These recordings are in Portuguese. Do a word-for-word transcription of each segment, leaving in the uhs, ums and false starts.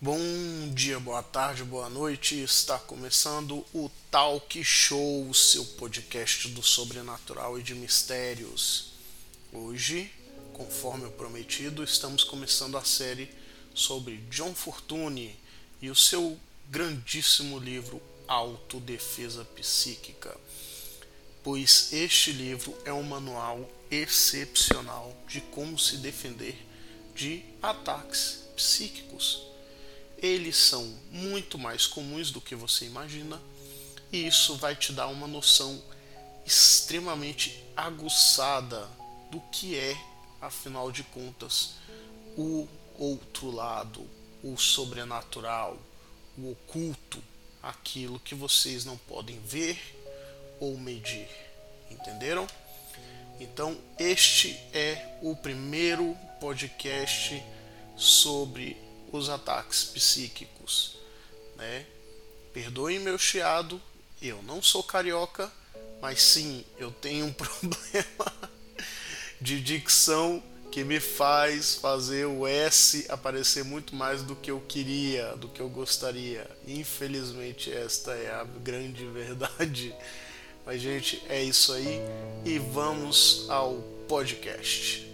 Bom dia, boa tarde, boa noite. Está começando o Talk Show, o seu podcast do sobrenatural e de mistérios. Hoje, conforme o prometido, estamos começando a série sobre John Fortune e o seu grandíssimo livro Autodefesa Psíquica, pois este livro é um manual excepcional de como se defender de ataques psíquicos. Eles são muito mais comuns do que você imagina, e isso vai te dar uma noção extremamente aguçada do que é, afinal de contas, o outro lado, o sobrenatural, o oculto, aquilo que vocês não podem ver ou medir. Entenderam? Então, este é o primeiro podcast sobre os ataques psíquicos, né? Perdoem meu chiado, eu não sou carioca, mas sim, eu tenho um problema de dicção que me faz fazer o S aparecer muito mais do que eu queria, do que eu gostaria. Infelizmente, esta é a grande verdade. Mas, gente, é isso aí e vamos ao podcast.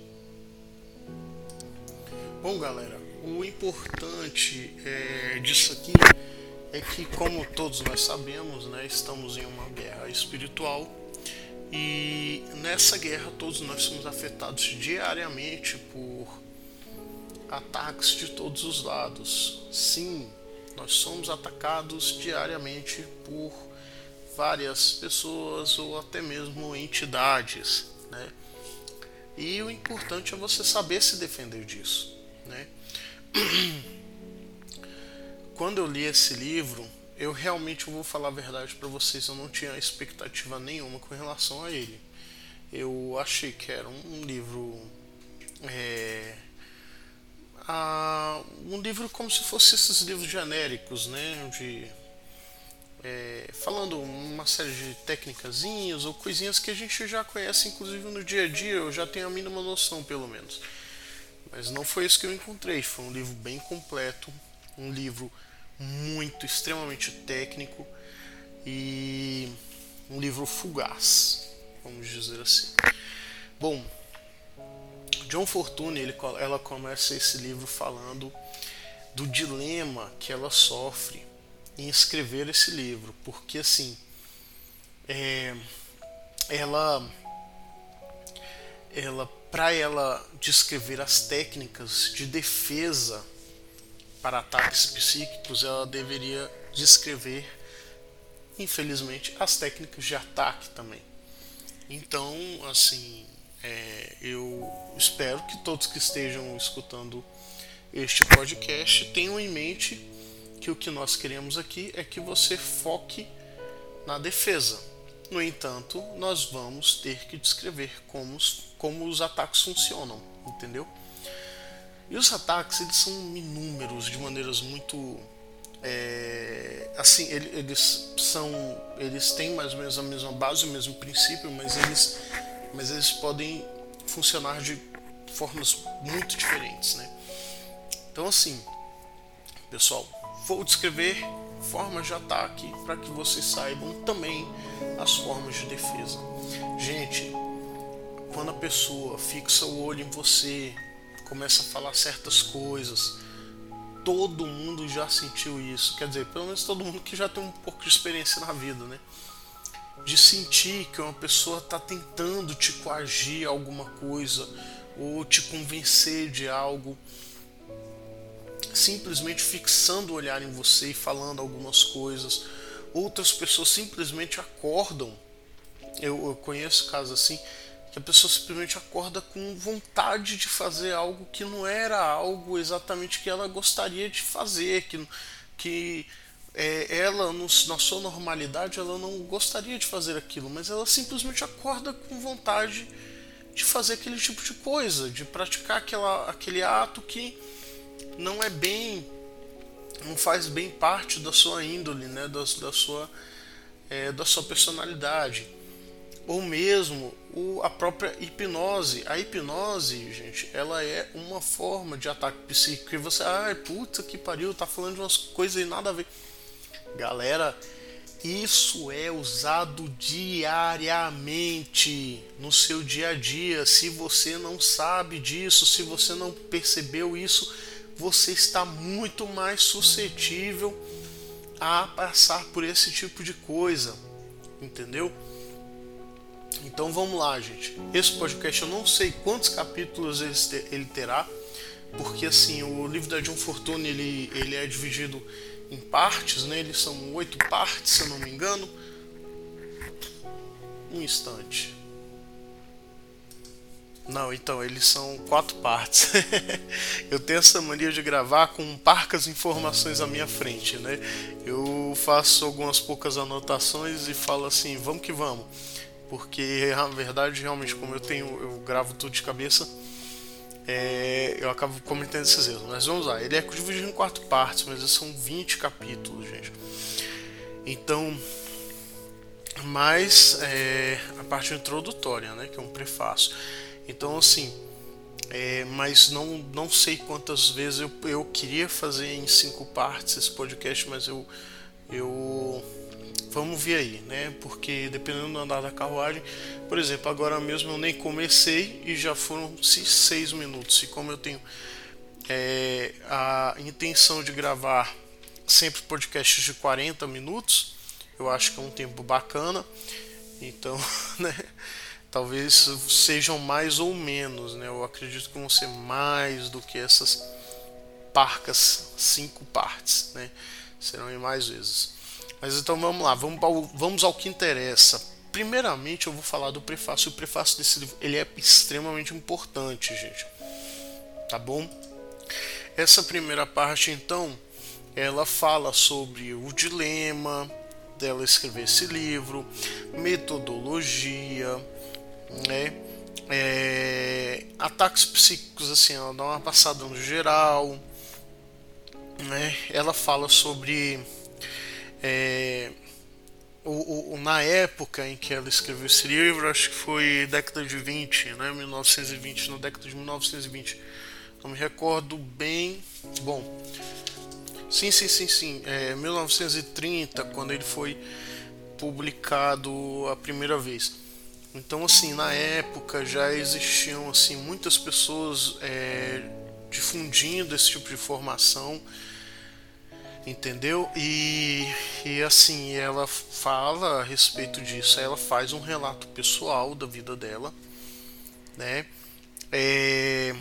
Bom, galera, o importante é, disso aqui é que, como todos nós sabemos, né, estamos em uma guerra espiritual e nessa guerra todos nós somos afetados diariamente por ataques de todos os lados. Sim, nós somos atacados diariamente por várias pessoas ou até mesmo entidades, né? E o importante é você saber se defender disso, né? Quando eu li esse livro, eu realmente vou falar a verdade para vocês, eu não tinha expectativa nenhuma com relação a ele. Eu achei que era um livro é, a, um livro como se fosse esses livros genéricos, né, de é, falando uma série de técnicazinhas ou coisinhas que a gente já conhece, inclusive no dia a dia, eu já tenho a mínima noção, pelo menos. Mas não foi isso que eu encontrei. Foi um livro bem completo, um livro muito, extremamente técnico e um livro fugaz, vamos dizer assim. Bom, John Fortune, ele, ela começa esse livro falando do dilema que ela sofre em escrever esse livro, porque assim, é, ela, ela, para ela descrever as técnicas de defesa para ataques psíquicos, ela deveria descrever, infelizmente, as técnicas de ataque também. Então, assim, é, eu espero que todos que estejam escutando este podcast tenham em mente que o que nós queremos aqui é que você foque na defesa. No entanto, nós vamos ter que descrever como os, como os ataques funcionam, entendeu? E os ataques, eles são inúmeros de maneiras muito é, assim, eles são eles têm mais ou menos a mesma base, o mesmo princípio, mas eles mas eles podem funcionar de formas muito diferentes, né? Então, assim, pessoal, vou descrever formas de ataque para que vocês saibam também as formas de defesa. Gente, quando a pessoa fixa o olho em você, começa a falar certas coisas, todo mundo já sentiu isso. Quer dizer, pelo menos todo mundo que já tem um pouco de experiência na vida, né? De sentir que uma pessoa está tentando te coagir a alguma coisa ou te convencer de algo, simplesmente fixando o olhar em você e falando algumas coisas. Outras pessoas simplesmente acordam. Eu, eu conheço casos assim, que a pessoa simplesmente acorda com vontade de fazer algo que não era algo exatamente que ela gostaria de fazer, que, que é, ela, no, na sua normalidade, ela não gostaria de fazer aquilo, mas ela simplesmente acorda com vontade de fazer aquele tipo de coisa, de praticar aquela, aquele ato que não é bem, não faz bem parte da sua índole, né, da, da, sua, é, da sua personalidade. ou mesmo o, a própria hipnose. A hipnose, gente, ela é uma forma de ataque psíquico. E você, ai, puta que pariu, tá falando de umas coisas e nada a ver. Galera, isso é usado diariamente no seu dia a dia. Se você não sabe disso, se você não percebeu isso, você está muito mais suscetível a passar por esse tipo de coisa, entendeu? Então vamos lá, gente. Esse podcast eu não sei quantos capítulos ele terá, porque assim, o livro da John Fortune ele, ele é dividido em partes, né? Eles são oito partes, se eu não me engano. Um instante. Não, então, eles são quatro partes. Eu tenho essa mania de gravar com parcas informações à minha frente, né? Eu faço algumas poucas anotações e falo assim, vamos que vamos. Porque, na verdade, realmente, como eu tenho, eu gravo tudo de cabeça, é, eu acabo cometendo esses erros. Mas vamos lá, ele é dividido em quatro partes, mas são vinte capítulos, gente. Então, mais é, a parte introdutória, né? Que é um prefácio. Então, assim, é, mas não, não sei quantas vezes eu, eu queria fazer em cinco partes esse podcast, mas eu, eu vamos ver aí, né? Porque dependendo do andar da carruagem, por exemplo, agora mesmo eu nem comecei e já foram seis minutos. E como eu tenho é, a intenção de gravar sempre podcasts de quarenta minutos, eu acho que é um tempo bacana. Então, né? Talvez sejam mais ou menos, né? Eu acredito que vão ser mais do que essas parcas cinco partes, né? Serão em mais vezes. Mas então vamos lá, vamos ao, vamos ao que interessa. Primeiramente eu vou falar do prefácio. O prefácio desse livro ele é extremamente importante, gente. Tá bom? Essa primeira parte, então, ela fala sobre o dilema dela escrever esse livro, metodologia, né? É, ataques psíquicos, assim, ela dá uma passada no geral, né? Ela fala sobre é, o, o, na época em que ela escreveu esse livro, acho que foi década de vinte, né? mil novecentos e vinte, na década de mil novecentos e vinte, não me recordo bem. Bom, sim, sim, sim, sim, é, mil novecentos e trinta, quando ele foi publicado a primeira vez. Então, assim, na época já existiam assim muitas pessoas é, difundindo esse tipo de informação, entendeu? E, e assim, ela fala a respeito disso, ela faz um relato pessoal da vida dela, né? É,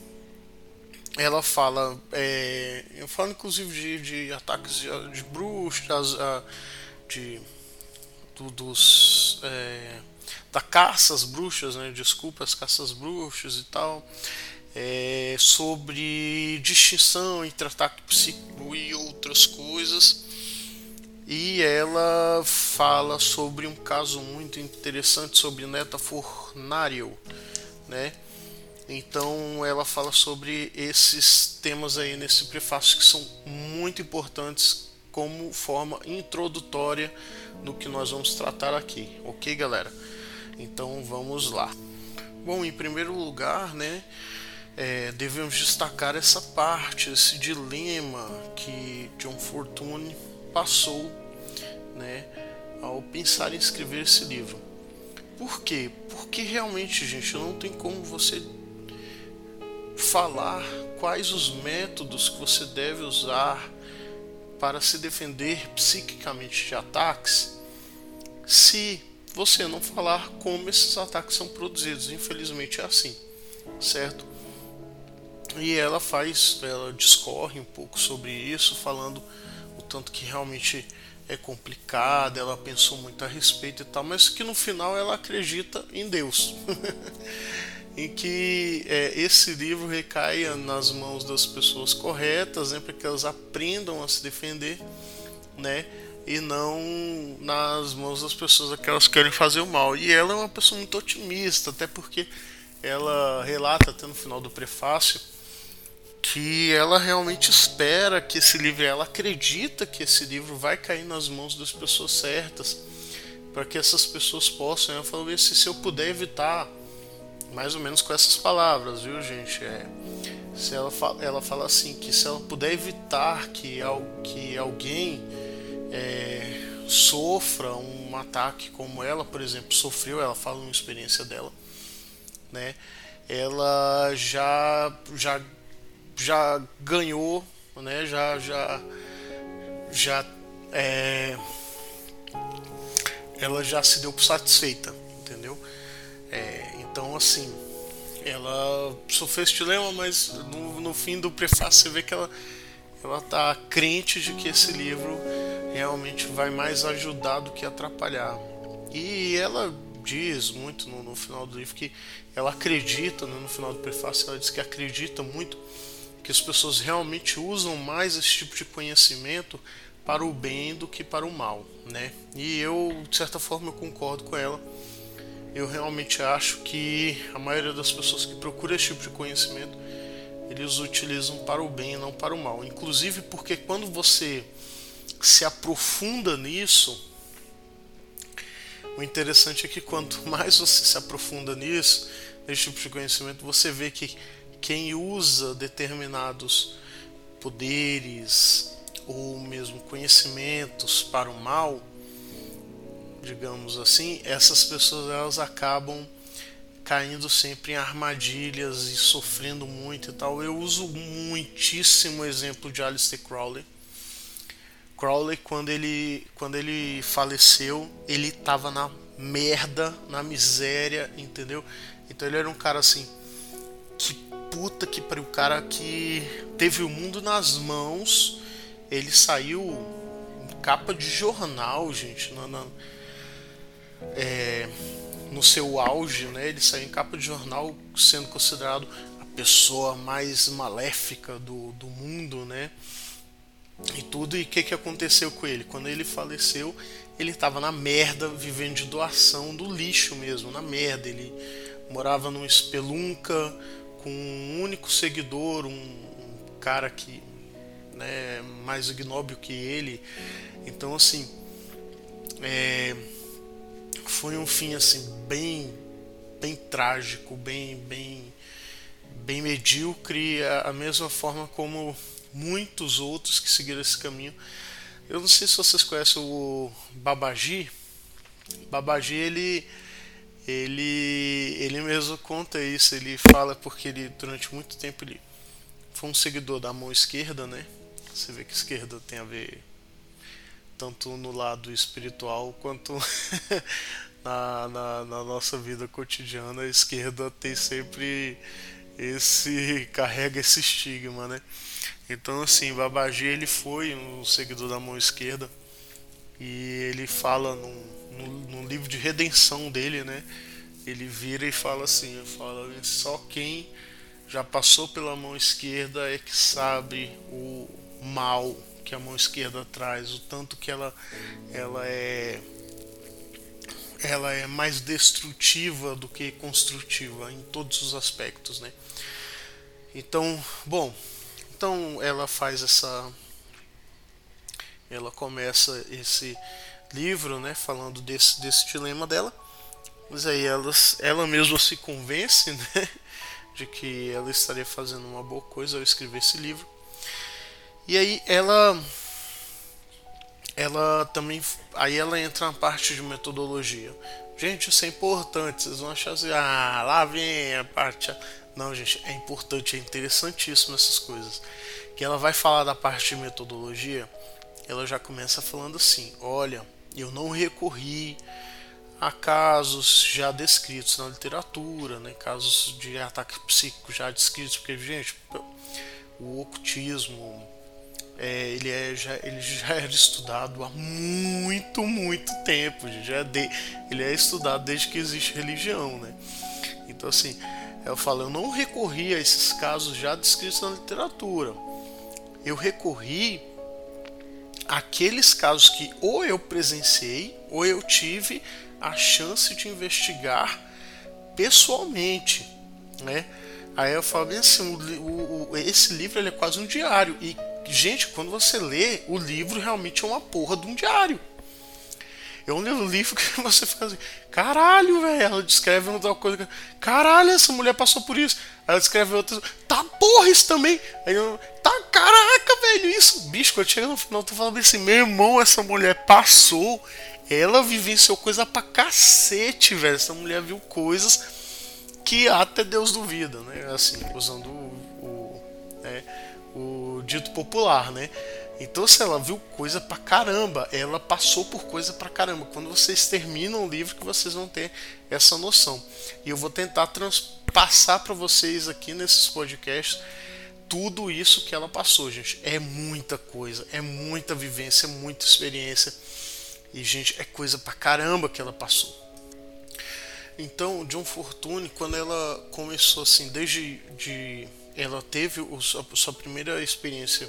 ela fala, é, eu falo inclusive de, de ataques de, de bruxas, de, do, dos... É, da caça às bruxas, né? Desculpa, as caças bruxas e tal, é, sobre distinção entre ataque psíquico e outras coisas. E ela fala sobre um caso muito interessante sobre Netta Fornario, né? Então ela fala sobre esses temas aí nesse prefácio que são muito importantes como forma introdutória do que nós vamos tratar aqui, ok, galera? Então vamos lá. Bom, em primeiro lugar, né, é, devemos destacar essa parte, esse dilema que John Fortune passou, né, ao pensar em escrever esse livro. Por quê? Porque realmente, gente, não tem como você falar quais os métodos que você deve usar para se defender psiquicamente de ataques se você não falar como esses ataques são produzidos. Infelizmente é assim, certo? E ela faz, ela discorre um pouco sobre isso, falando o tanto que realmente é complicado, ela pensou muito a respeito e tal, mas que no final ela acredita em Deus. Em que é, esse livro recaia nas mãos das pessoas corretas, né, para que elas aprendam a se defender, né, e não nas mãos das pessoas que elas querem fazer o mal. E ela é uma pessoa muito otimista, até porque ela relata até no final do prefácio que ela realmente espera que esse livro, ela acredita que esse livro vai cair nas mãos das pessoas certas, para que essas pessoas possam. Eu falo se se eu puder evitar, mais ou menos com essas palavras, viu, gente? É, se ela fala, ela fala assim que se ela puder evitar que, que alguém é, sofra um ataque como ela, por exemplo, sofreu, ela fala uma experiência dela, né? Ela já já já ganhou, né? Já já já é, ela já se deu por satisfeita, entendeu? É, então assim, ela sofreu esse dilema, mas no, no fim do prefácio você vê que ela ela tá crente de que esse livro realmente vai mais ajudar do que atrapalhar. E ela diz muito no, no final do livro que ela acredita, né, no final do prefácio ela diz que acredita muito que as pessoas realmente usam mais esse tipo de conhecimento para o bem do que para o mal, né? E eu, de certa forma, eu concordo com ela. Eu realmente acho que a maioria das pessoas que procuram esse tipo de conhecimento, eles utilizam para o bem e não para o mal. Inclusive porque quando você se aprofunda nisso, o interessante é que quanto mais você se aprofunda nisso, nesse tipo de conhecimento, você vê que quem usa determinados poderes ou mesmo conhecimentos para o mal, digamos assim, essas pessoas elas acabam caindo sempre em armadilhas e sofrendo muito e tal. Eu uso muitíssimo o exemplo de Aleister Crowley. Crowley, quando ele, quando ele faleceu, ele estava na merda, na miséria, entendeu? Então ele era um cara assim, que puta que pariu, o cara que teve o mundo nas mãos. Ele saiu em capa de jornal, gente, na, na, é, no seu auge, né? Ele saiu em capa de jornal sendo considerado a pessoa mais maléfica do, do mundo, né? E tudo. E o que, que aconteceu com ele? Quando ele faleceu, ele estava na merda, vivendo de doação do lixo mesmo, na merda. Ele morava num espelunca com um único seguidor, um, um cara que, né, mais ignóbil que ele. Então assim, é, foi um fim assim bem, bem trágico, bem, bem, bem medíocre, a, a mesma forma como muitos outros que seguiram esse caminho. Eu não sei se vocês conhecem o Babaji. Babaji, ele ele ele mesmo conta isso. Ele fala porque ele durante muito tempo ele foi um seguidor da mão esquerda, né? Você vê que esquerda tem a ver tanto no lado espiritual quanto na, na, na nossa vida cotidiana. A esquerda tem sempre esse carrega esse estigma, né? Então assim, Babaji ele foi um seguidor da mão esquerda e ele fala num, num, num livro de redenção dele, né? Ele vira e fala assim, fala, só quem já passou pela mão esquerda é que sabe o mal que a mão esquerda traz, o tanto que ela, ela é ela é mais destrutiva do que construtiva em todos os aspectos, né? Então, bom, então ela faz essa, ela começa esse livro, né, falando desse desse dilema dela, mas aí ela, ela mesma se convence, né, de que ela estaria fazendo uma boa coisa ao escrever esse livro. E aí ela ela também aí ela entra na parte de metodologia. Gente, isso é importante, vocês vão achar assim, ah, lá vem a parte. Não, gente, é importante, é interessantíssimo essas coisas. Que ela vai falar da parte de metodologia, ela já começa falando assim, olha, eu não recorri a casos já descritos na literatura, né, casos de ataque psíquico já descritos, porque, gente, o ocultismo, é, ele, é, já, ele já era estudado há muito, muito tempo, já é de, ele é estudado desde que existe religião, né? Então assim, eu falo, eu não recorri a esses casos já descritos na literatura, eu recorri àqueles casos que ou eu presenciei ou eu tive a chance de investigar pessoalmente, né? Aí eu falo bem assim, o, o, esse livro ele é quase um diário. E, gente, quando você lê, o livro realmente é uma porra de um diário. é um livro que você fica assim, caralho, velho, ela descreve uma tal coisa, caralho, essa mulher passou por isso. Ela descreve outra, tá porra, isso também. Aí eu, tá, caraca, velho, isso. Bicho, quando chega no final, eu tô falando assim, meu irmão, essa mulher passou, ela vivenciou coisa pra cacete, velho. Essa mulher viu coisas que até Deus duvida, né? Assim, usando o, o, né, o dito popular, né? Então, se ela viu coisa pra caramba, ela passou por coisa pra caramba. Quando vocês terminam o livro, que vocês vão ter essa noção. E eu vou tentar transpassar pra vocês aqui nesses podcasts tudo isso que ela passou, gente. É muita coisa, é muita vivência, é muita experiência. E, gente, é coisa pra caramba que ela passou. Então, John Fortune, quando ela começou assim, desde de, ela teve o, a sua primeira experiência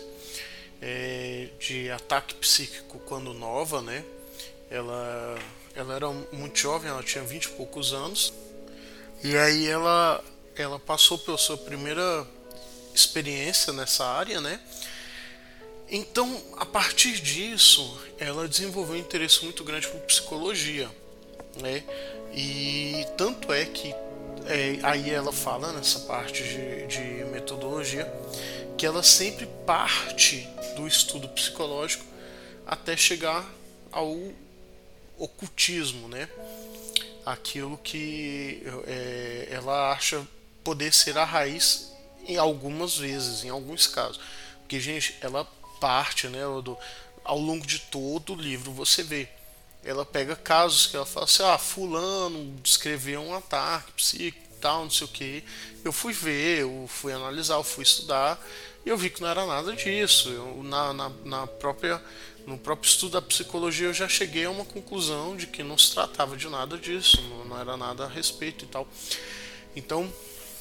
É, de ataque psíquico quando nova, né? Ela, ela era muito jovem, ela tinha vinte e poucos anos. E aí ela, ela passou pela sua primeira experiência nessa área, né? Então, a partir disso, ela desenvolveu um interesse muito grande por psicologia, né? E tanto é que é, aí ela fala nessa parte de, de metodologia que ela sempre parte do estudo psicológico até chegar ao ocultismo, né? Aquilo que é, ela acha poder ser a raiz em algumas vezes, em alguns casos. Porque, gente, ela parte, né, do, ao longo de todo o livro, você vê. Ela pega casos que ela fala assim, ah, fulano descreveu um ataque psíquico, tal, não sei o que. Eu fui ver, eu fui analisar, eu fui estudar, e eu vi que não era nada disso. Eu, na, na, na própria, no próprio estudo da psicologia eu já cheguei a uma conclusão de que não se tratava de nada disso, não, não era nada a respeito e tal. Então,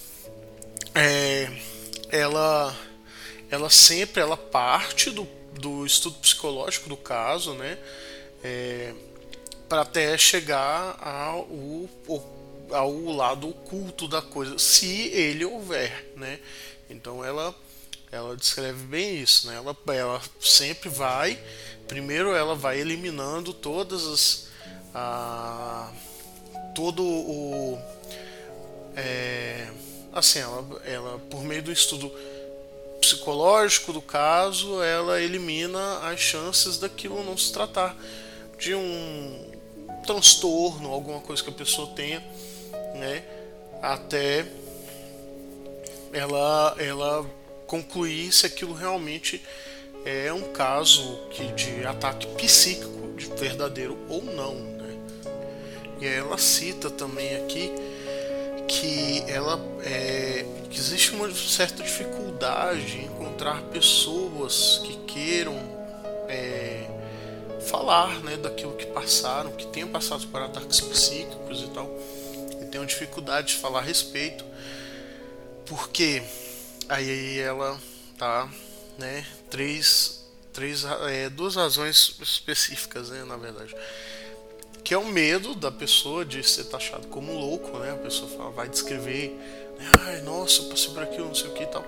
é, ela, ela sempre ela parte do, do estudo psicológico do caso, né? É, para até chegar ao, ao, ao lado oculto da coisa, se ele houver, né? Então ela ela descreve bem isso, né? Ela, ela sempre vai, primeiro ela vai eliminando todas as a, todo o é, assim, ela, ela por meio do estudo psicológico do caso, ela elimina as chances daquilo não se tratar de um transtorno, alguma coisa que a pessoa tenha, né? Até ela, ela concluir se aquilo realmente é um caso que, de ataque psíquico de verdadeiro ou não, né? E aí ela cita também aqui que ela é, que existe uma certa dificuldade em encontrar pessoas que queiram é, falar, né, daquilo que passaram, que tenham passado por ataques psíquicos e tal, e tenham dificuldade de falar a respeito, porque aí ela tá, né, três, três é, duas razões específicas, né, na verdade, que é o medo da pessoa de ser taxado como louco, né? A pessoa fala, vai descrever, né? Ai, nossa, eu passei por aquilo, não sei o que e tal.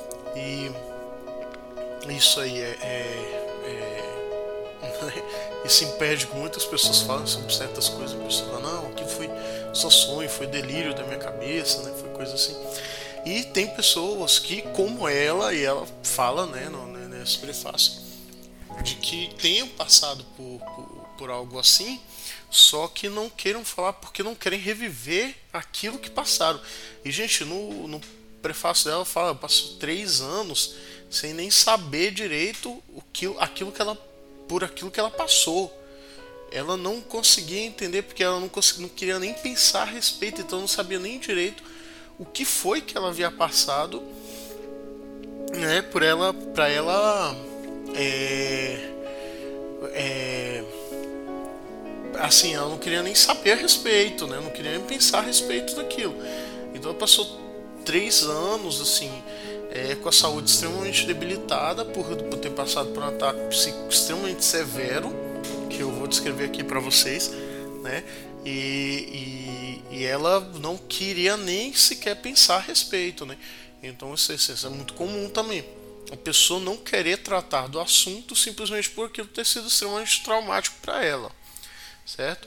E isso aí é, é, é isso impede que muitas pessoas falem sobre certas coisas. A pessoa fala, não, aquilo foi só sonho, foi delírio da minha cabeça, né? Foi coisa assim. E tem pessoas que, como ela, e ela fala, né, no, nesse prefácio, de que tenham passado por, por, por algo assim, só que não queiram falar porque não querem reviver aquilo que passaram. E, gente, no, no prefácio dela fala, passou três anos sem nem saber direito o que, aquilo que ela, por aquilo que ela passou. Ela não conseguia entender porque ela não, conseguia, não queria nem pensar a respeito, então não sabia nem direito o que foi que ela havia passado, né, por ela, para ela é, é, assim, ela não queria nem saber a respeito, né? Não queria nem pensar a respeito daquilo. Então ela passou três anos assim, é, com a saúde extremamente debilitada por, por ter passado por um ataque psíquico extremamente severo, que eu vou descrever aqui para vocês, né? E, e, e ela não queria nem sequer pensar a respeito, né? Então isso, isso é muito comum também. A pessoa não querer tratar do assunto simplesmente por aquilo ter sido extremamente traumático para ela. certo?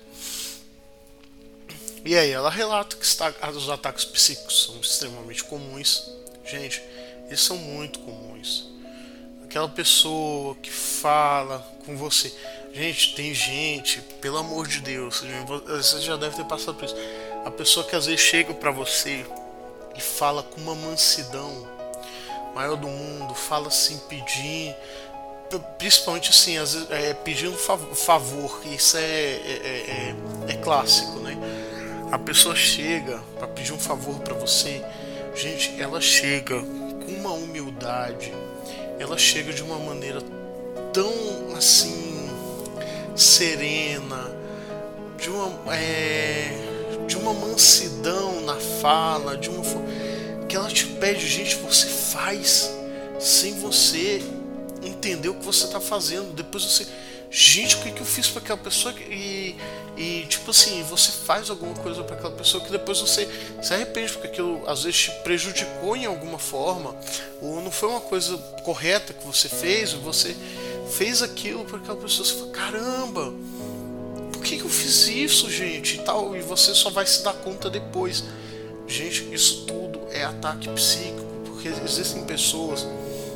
E aí ela relata que está, os ataques psíquicos são extremamente comuns. Gente, eles são muito comuns. Aquela pessoa que fala com você. Gente, tem gente, pelo amor de Deus, você já deve ter passado por isso. A pessoa que às vezes chega pra você e fala com uma mansidão maior do mundo, fala assim, pedindo, principalmente assim, às vezes, é, pedindo favor, isso é, é, é, é clássico, né? A pessoa chega para pedir um favor para você, gente, ela chega com uma humildade, ela chega de uma maneira tão assim serena, de uma é, de uma mansidão na fala, de uma que ela te pede, gente, você faz sem você entender o que você está fazendo. Depois você, gente, o que, que eu fiz para aquela pessoa? E, e tipo assim, você faz alguma coisa para aquela pessoa que depois você se arrepende, porque aquilo às vezes te prejudicou em alguma forma, ou não foi uma coisa correta que você fez, ou você fez aquilo para aquela pessoa. Você fala, caramba, por que, que eu fiz isso, gente? E, tal, e você só vai se dar conta depois. Gente, isso tudo é ataque psíquico, porque existem pessoas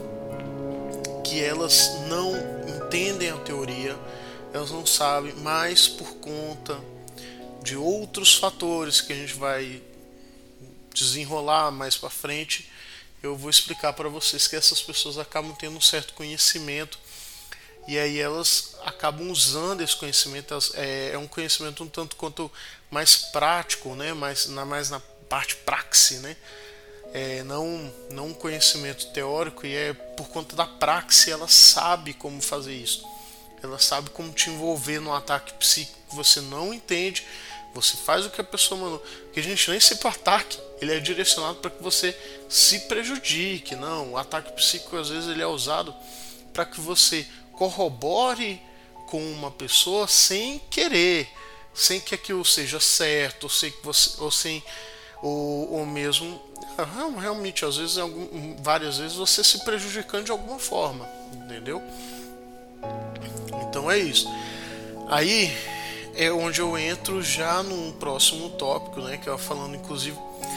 que elas não entendem a teoria, elas não sabem, mas por conta de outros fatores que a gente vai desenrolar mais para frente, eu vou explicar para vocês que essas pessoas acabam tendo um certo conhecimento e aí elas acabam usando esse conhecimento. É, é um conhecimento um tanto quanto mais prático, né? mais, na, mais na parte praxe, né? É, não, não um conhecimento teórico, e é por conta da praxe ela sabe como fazer isso. Ela sabe como te envolver num ataque psíquico que você não entende. Você faz o que a pessoa mandou. Porque a gente nem sempre o ataque ele é direcionado para que você se prejudique. Não, o ataque psíquico às vezes ele é usado para que você corrobore com uma pessoa sem querer, sem que aquilo seja certo, ou sem que você, ou sem ou, ou mesmo realmente às vezes algum, várias vezes você se prejudicando de alguma forma, entendeu? Então é isso. Aí é onde eu entro já num próximo tópico, né, que eu falando inclusive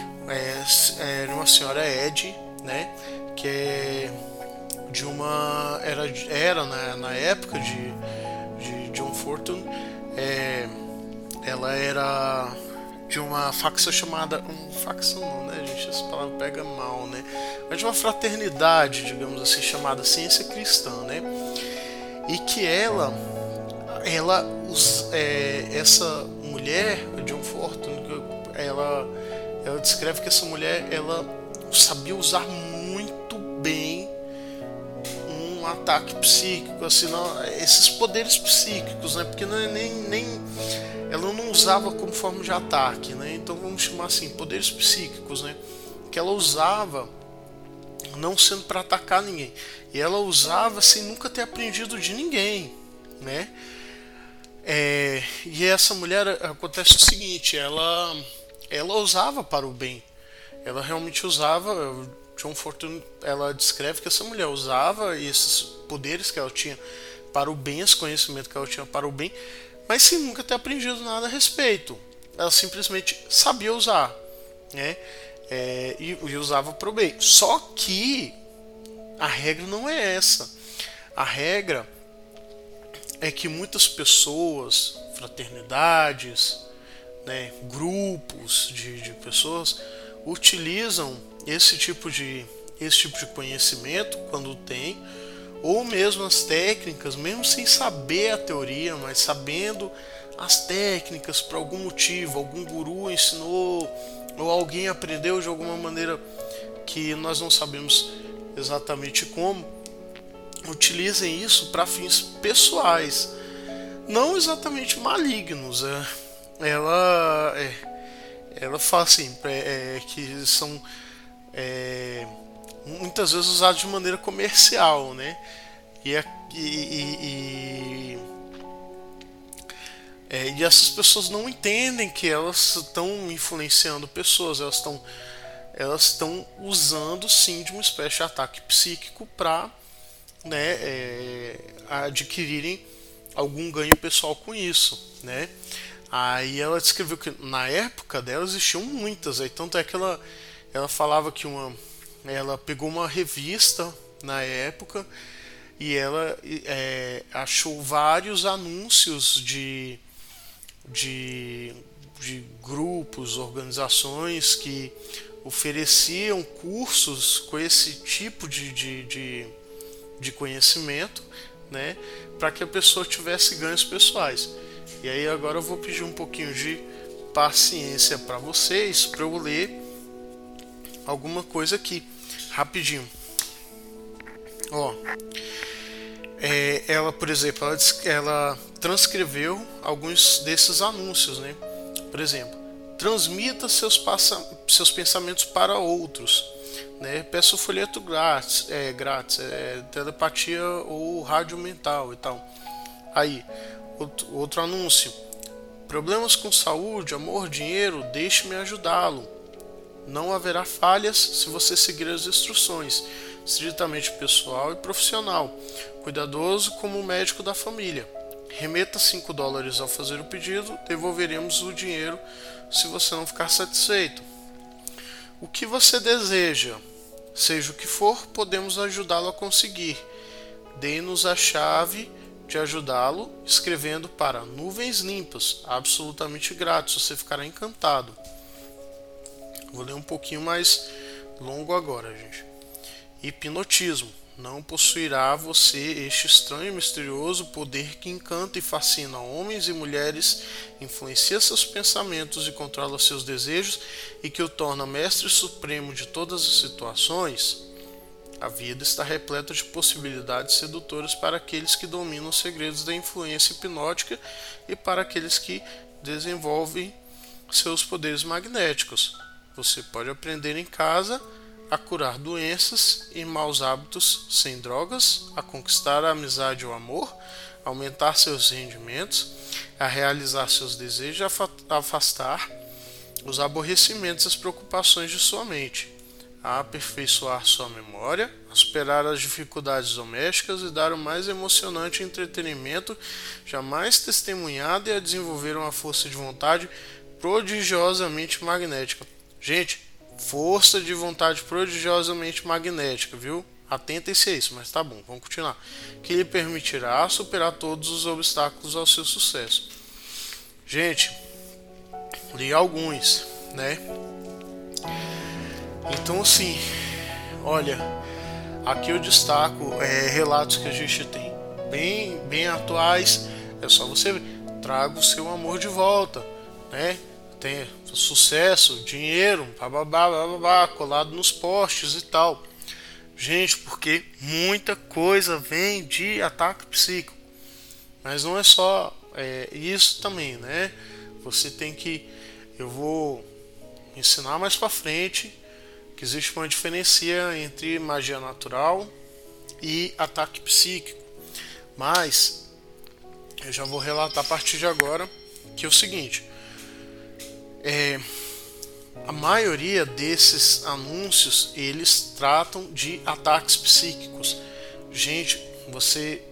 é, é uma senhora Ed, né, que é de uma era era na, na época de, de John Fortune, é, ela era de uma facção chamada, um facção não, né, gente, essa palavra pega mal, né, mas de uma fraternidade, digamos assim, chamada Ciência Cristã, né, e que ela ela é, essa mulher, John Fortune, ela ela descreve que essa mulher ela sabia usar muito bem um ataque psíquico, assim, não, esses poderes psíquicos, né, porque não é nem, nem ela não usava como forma de ataque, né? Então vamos chamar assim, poderes psíquicos, né? Que ela usava não sendo para atacar ninguém, e ela usava sem nunca ter aprendido de ninguém, né? É, e essa mulher, acontece o seguinte, ela ela usava para o bem, ela realmente usava. John Fortune, ela descreve que essa mulher usava esses poderes que ela tinha para o bem, esse conhecimento que ela tinha para o bem, mas sem nunca ter aprendido nada a respeito. Ela simplesmente sabia usar, né? É, e, e usava para o bem. Só que a regra não é essa. A regra é que muitas pessoas, fraternidades, né, grupos de, de pessoas utilizam esse tipo de esse tipo de conhecimento quando tem, ou mesmo as técnicas, mesmo sem saber a teoria, mas sabendo as técnicas por algum motivo, algum guru ensinou, ou alguém aprendeu de alguma maneira que nós não sabemos exatamente como, utilizem isso para fins pessoais, não exatamente malignos. Ela, ela fala assim, é, que são é, muitas vezes usados de maneira comercial, né? E, e, e, é, e essas pessoas não entendem que elas estão influenciando pessoas, elas estão elas estão usando sim de uma espécie de ataque psíquico para, né, é, adquirirem algum ganho pessoal com isso, né? Aí ela descreveu que na época dela existiam muitas, aí tanto é que ela, ela falava que uma, ela pegou uma revista na época e ela é, achou vários anúncios de, de, de grupos, organizações que ofereciam cursos com esse tipo de, de, de, de conhecimento, né, para que a pessoa tivesse ganhos pessoais. E aí agora eu vou pedir um pouquinho de paciência para vocês, para eu ler alguma coisa aqui, rapidinho. Ó, é, ela, por exemplo, ela, ela transcreveu alguns desses anúncios, né? Por exemplo, transmita seus, passa, seus pensamentos para outros, né? Peça o folheto grátis, é, grátis é, telepatia ou rádio mental e tal. Aí, outro, outro anúncio: problemas com saúde, amor, dinheiro, deixe-me ajudá-lo. Não haverá falhas se você seguir as instruções, estritamente pessoal e profissional, cuidadoso como médico da família. Remeta cinco dólares ao fazer o pedido, devolveremos o dinheiro se você não ficar satisfeito. O que você deseja? Seja o que for, podemos ajudá-lo a conseguir. Dê-nos a chave de ajudá-lo escrevendo para Nuvens Limpas, absolutamente grátis, você ficará encantado. Vou ler um pouquinho mais longo agora, gente. Hipnotismo. Não possuirá você este estranho e misterioso poder que encanta e fascina homens e mulheres, influencia seus pensamentos e controla seus desejos e que o torna mestre supremo de todas as situações? A vida está repleta de possibilidades sedutoras para aqueles que dominam os segredos da influência hipnótica e para aqueles que desenvolvem seus poderes magnéticos. Você pode aprender em casa a curar doenças e maus hábitos sem drogas, a conquistar a amizade e o amor, a aumentar seus rendimentos, a realizar seus desejos e a afastar os aborrecimentos e as preocupações de sua mente, a aperfeiçoar sua memória, a superar as dificuldades domésticas e dar o mais emocionante entretenimento jamais testemunhado e a desenvolver uma força de vontade prodigiosamente magnética. Gente, força de vontade prodigiosamente magnética, viu? Atentem-se a isso, mas tá bom, vamos continuar. Que lhe permitirá superar todos os obstáculos ao seu sucesso. Gente, li alguns, né? Então, assim, olha, aqui eu destaco é, relatos que a gente tem bem, bem atuais. É só você ver. Traga o seu amor de volta, né? Tem sucesso, dinheiro, bababá, bababá, colado nos postes e tal. Gente, porque muita coisa vem de ataque psíquico. Mas não é só é, isso também, né? Você tem que... Eu vou ensinar mais pra frente que existe uma diferença entre magia natural e ataque psíquico. Mas eu já vou relatar a partir de agora que é o seguinte... É, a maioria desses anúncios eles tratam de ataques psíquicos. Gente, você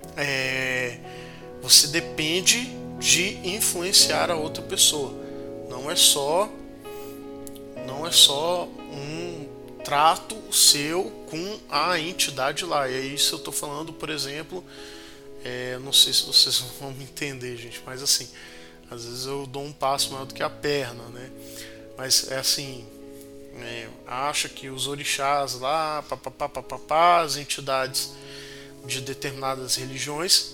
é, você depende de influenciar a outra pessoa. Não é só não é só um trato seu com a entidade lá. E é isso eu estou falando, por exemplo, é, não sei se vocês vão me entender, gente, mas assim, às vezes eu dou um passo maior do que a perna, né? Mas é assim, é, acha que os orixás lá, papapá, papapá, as entidades de determinadas religiões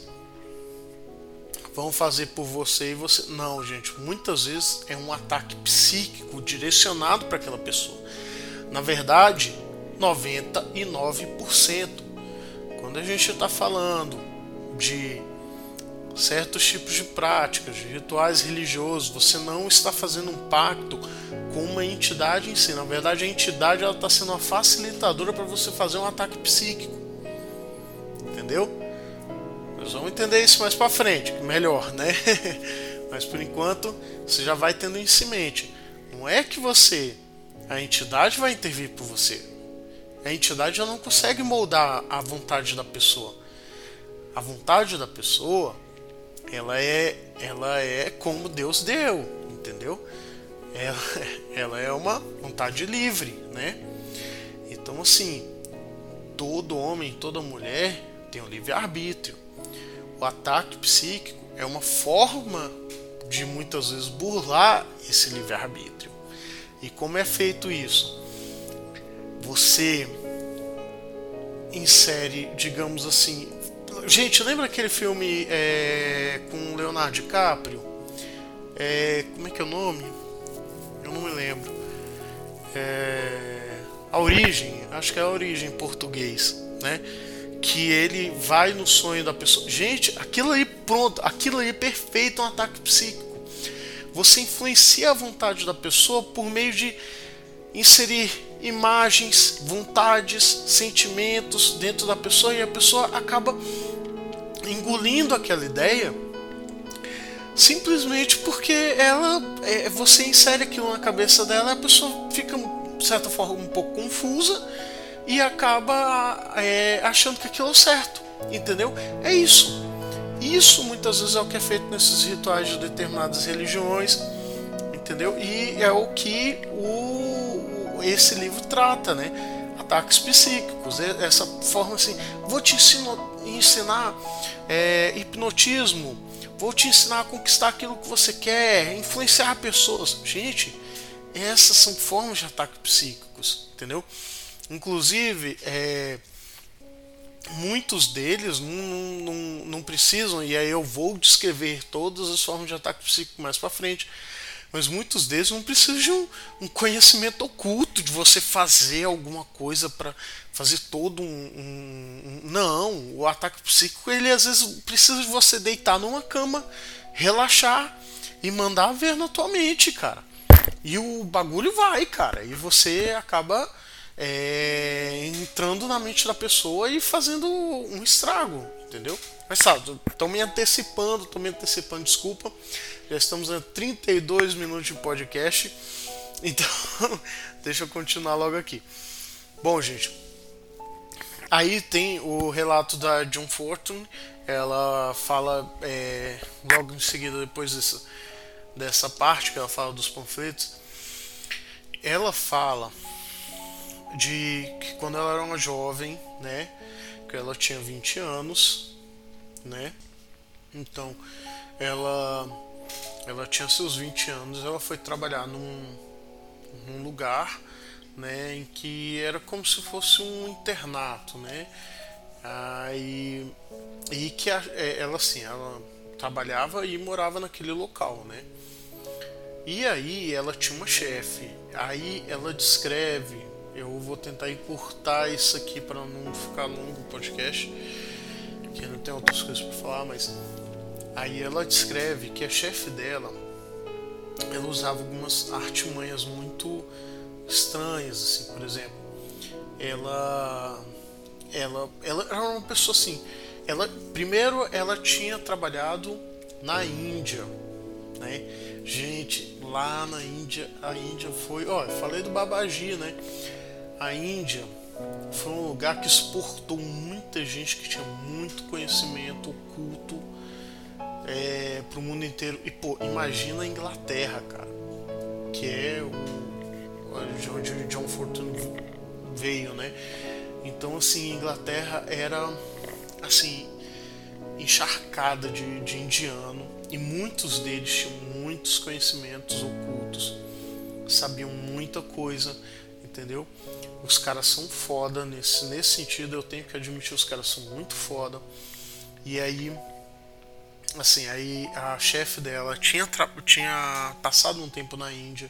vão fazer por você e você... Não, gente, muitas vezes é um ataque psíquico direcionado para aquela pessoa. Na verdade, noventa e nove por cento. Quando a gente está falando de certos tipos de práticas, de rituais religiosos, você não está fazendo um pacto com uma entidade em si. Na verdade, a entidade está sendo uma facilitadora para você fazer um ataque psíquico. Entendeu? Nós vamos entender isso mais para frente, melhor, né? Mas por enquanto, você já vai tendo isso em mente. Não é que você, a entidade vai intervir por você. A entidade já não consegue moldar a vontade da pessoa. A vontade da pessoa ela é, ela é como Deus deu, entendeu? Ela, ela é uma vontade livre, né? Então, assim, todo homem, toda mulher tem um livre-arbítrio. O ataque psíquico é uma forma de muitas vezes burlar esse livre-arbítrio. E como é feito isso? Você insere, digamos assim. Gente, lembra aquele filme é, com Leonardo DiCaprio? É, como é que é o nome? Eu não me lembro. É, a Origem, acho que é a Origem em português, né? Que ele vai no sonho da pessoa. Gente, aquilo aí pronto, aquilo aí é perfeito, um ataque psíquico. Você influencia a vontade da pessoa por meio de inserir imagens, vontades, sentimentos dentro da pessoa e a pessoa acaba engolindo aquela ideia simplesmente porque ela, é, você insere aquilo na cabeça dela, a pessoa fica de certa forma um pouco confusa e acaba é, achando que aquilo é certo, entendeu? É isso. Isso muitas vezes é o que é feito nesses rituais de determinadas religiões, entendeu? E é o que o, esse livro trata, né? Ataques psíquicos, essa forma assim, vou te ensinar, ensinar é, hipnotismo, vou te ensinar a conquistar aquilo que você quer, influenciar pessoas. Gente, essas são formas de ataques psíquicos, entendeu? Inclusive, é, muitos deles não, não, não precisam, e aí eu vou descrever todas as formas de ataque psíquico mais para frente, mas muitos deles não precisam de um, um conhecimento oculto, de você fazer alguma coisa para fazer todo um, um, um... Não, o ataque psíquico, ele às vezes precisa de você deitar numa cama, relaxar e mandar ver na tua mente, cara. E o bagulho vai, cara, e você acaba é, entrando na mente da pessoa e fazendo um estrago, entendeu? Mas sabe, tô me antecipando, tô me antecipando, desculpa. Já estamos a trinta e dois minutos de podcast. Então, deixa eu continuar logo aqui. Bom, gente, aí tem o relato da John Fortune. Ela fala é, logo em seguida, depois dessa, dessa parte que ela fala dos panfletos, ela fala de que quando ela era uma jovem, né, que ela tinha vinte anos, né, então ela ela tinha seus vinte anos, ela foi trabalhar num, num lugar, né, em que era como se fosse um internato, né, aí, e que a, ela assim, ela trabalhava e morava naquele local, né, e aí ela tinha uma chefe, aí ela descreve, eu vou tentar encurtar isso aqui para não ficar longo o podcast, que não tem outras coisas para falar, mas aí ela descreve que a chefe dela, ela usava algumas artimanhas muito estranhas, assim, por exemplo, ela, ela, ela era uma pessoa assim, ela, primeiro ela tinha trabalhado na Índia, né? Gente, lá na Índia, a Índia foi, ó, eu falei do Babaji, né? A Índia foi um lugar que exportou muita gente que tinha muito conhecimento oculto é, pro mundo inteiro. E pô, imagina a Inglaterra, cara, que é o onde John Fortune veio, né? Então assim, a Inglaterra era assim encharcada de, de indiano e muitos deles tinham muitos conhecimentos ocultos, sabiam muita coisa, entendeu? Os caras são foda nesse, nesse sentido, eu tenho que admitir, os caras são muito foda. E aí, assim, aí a chefe dela tinha, tinha passado um tempo na Índia,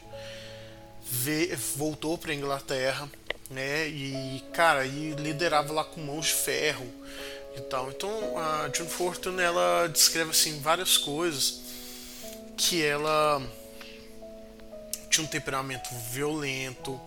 vê, voltou pra Inglaterra, né? E, cara, e liderava lá com mãos de ferro e tal. Então a John Fortune, ela descreve assim várias coisas, que ela tinha um temperamento violento.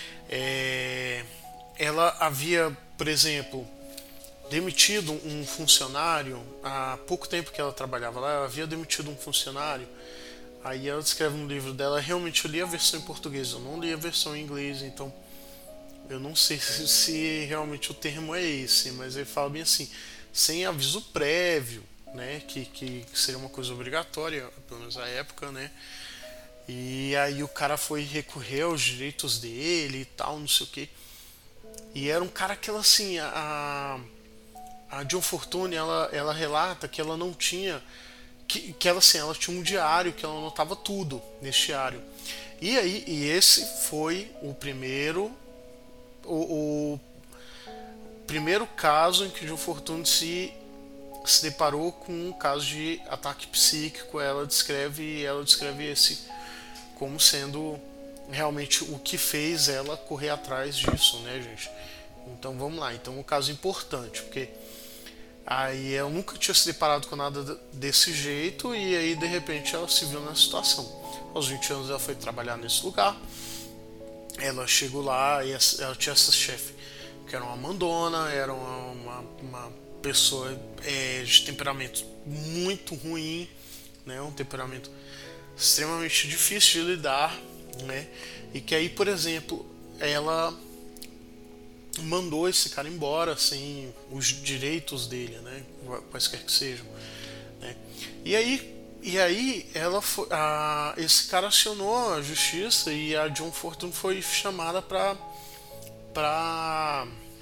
É, ela havia, por exemplo, demitido um funcionário há pouco tempo que ela trabalhava lá, ela havia demitido um funcionário. Aí ela descreve no livro dela, realmente eu li a versão em português, eu não li a versão em inglês, então eu não sei se, se realmente o termo é esse, mas ele fala bem assim, sem aviso prévio, né? Que, que seria uma coisa obrigatória, pelo menos na época, né? E aí o cara foi recorrer aos direitos dele e tal, não sei o que. E era um cara que ela assim, a, a John Fortune, ela, ela relata que ela não tinha, que, que ela assim, ela tinha um diário que ela anotava tudo nesse diário. E aí, e esse foi o primeiro, o, o primeiro caso em que John Fortune se se deparou com um caso de ataque psíquico. Ela descreve, ela descreve esse como sendo realmente o que fez ela correr atrás disso, né, gente? Então vamos lá. Então um caso importante, porque aí ela nunca tinha se deparado com nada desse jeito e aí de repente ela se viu nessa situação. Aos vinte anos ela foi trabalhar nesse lugar. Ela chegou lá e ela tinha essa chefe que era uma mandona, era uma, uma, uma pessoa é, de temperamento muito ruim, né? Um temperamento extremamente difícil de lidar, né? E que aí, por exemplo, ela mandou esse cara embora sem os direitos dele, né? Quaisquer que sejam, né? E aí, e aí ela foi, a, esse cara acionou a justiça e a John Fortune foi chamada para para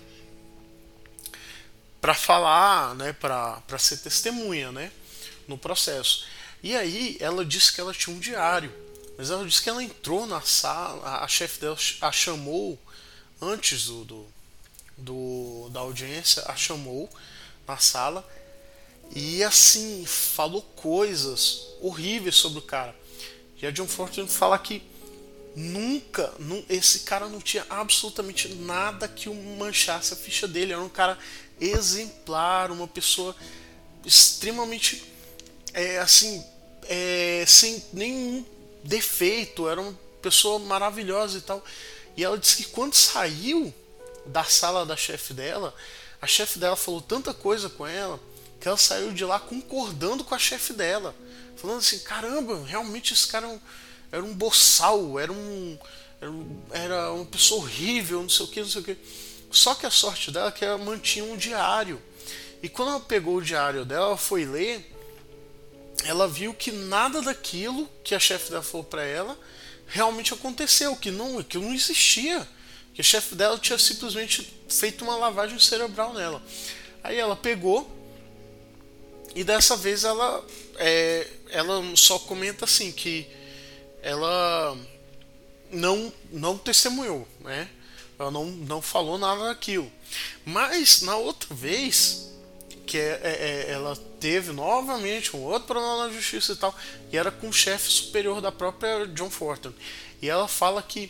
para falar, né, para para ser testemunha, né, no processo. E aí ela disse que ela tinha um diário, mas ela disse que ela entrou na sala, a chefe dela a chamou antes do, do, do da audiência, a chamou na sala e assim falou coisas horríveis sobre o cara. E a John Fortune fala que nunca, esse cara não tinha absolutamente nada que manchasse a ficha dele. Era um cara exemplar, uma pessoa extremamente é, assim, é, sem nenhum defeito, era uma pessoa maravilhosa e tal. E ela disse que quando saiu da sala da chefe dela, a chefe dela falou tanta coisa com ela que ela saiu de lá concordando com a chefe dela, falando assim: caramba, realmente esse cara é um, era um boçal, era um, era, um, era uma pessoa horrível, não sei o que, não sei o que. Só que a sorte dela é que ela mantinha um diário. E quando ela pegou o diário dela, ela foi ler, ela viu que nada daquilo que a chefe dela falou para ela realmente aconteceu, que não, que não existia, que a chefe dela tinha simplesmente feito uma lavagem cerebral nela. Aí ela pegou e dessa vez ela, é, ela só comenta assim que ela não, não testemunhou, né? Ela não, não falou nada daquilo. Mas na outra vez que é, é, ela teve novamente um outro problema na justiça e tal, e era com o chefe superior da própria John Fortune. E ela fala que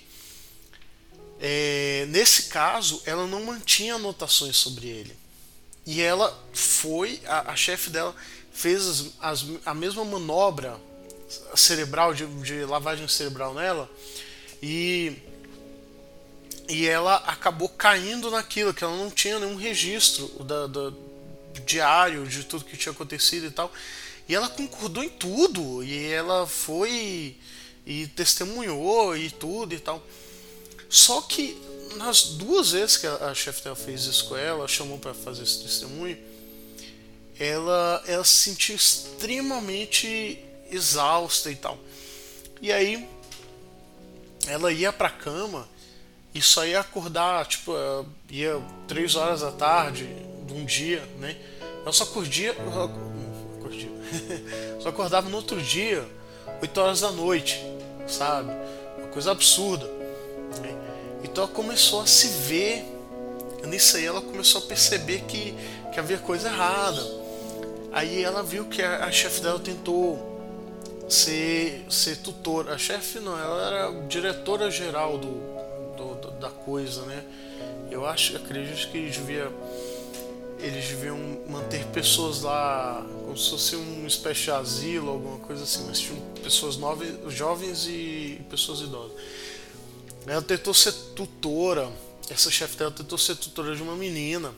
é, nesse caso ela não mantinha anotações sobre ele. E ela foi, a, a chefe dela fez as, as, a mesma manobra cerebral, de, de lavagem cerebral nela, e e ela acabou caindo naquilo, que ela não tinha nenhum registro da, da, diário de tudo que tinha acontecido e tal. E ela concordou em tudo, e ela foi e testemunhou e tudo e tal. Só que nas duas vezes que a, a chefe dela fez isso com ela, chamou para fazer esse testemunho, ela, ela se sentiu extremamente exausta e tal. E aí ela ia pra cama e só ia acordar, tipo, ia três horas da tarde de um dia, né? Ela só acordia, acordia, só acordava no outro dia, oito horas da noite, sabe? Uma coisa absurda, né? Então ela começou a se ver nisso aí, ela começou a perceber que, que havia coisa errada. Aí ela viu que a, a chefe dela tentou ser, ser tutora. A chefe não, ela era diretora geral do da coisa, né? Eu acho, acredito que eles deviam, eles deviam manter pessoas lá como se fosse uma espécie de asilo, alguma coisa assim, mas tinham pessoas novas, jovens e pessoas idosas. Ela tentou ser tutora, essa chefe dela tentou ser tutora de uma menina,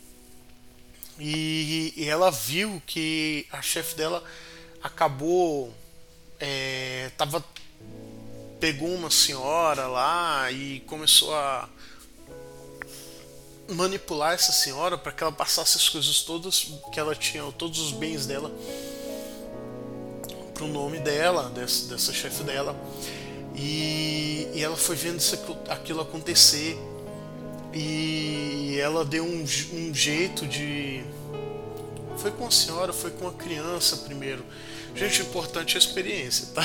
e, e ela viu que a chefe dela acabou é, tava pegou uma senhora lá e começou a manipular essa senhora para que ela passasse as coisas todas que ela tinha, todos os bens dela, pro nome dela, dessa, dessa chefe dela. E, e ela foi vendo isso, aquilo acontecer, e ela deu um, um jeito de... Foi com a senhora, foi com a criança primeiro. Gente, o importante é a experiência, tá?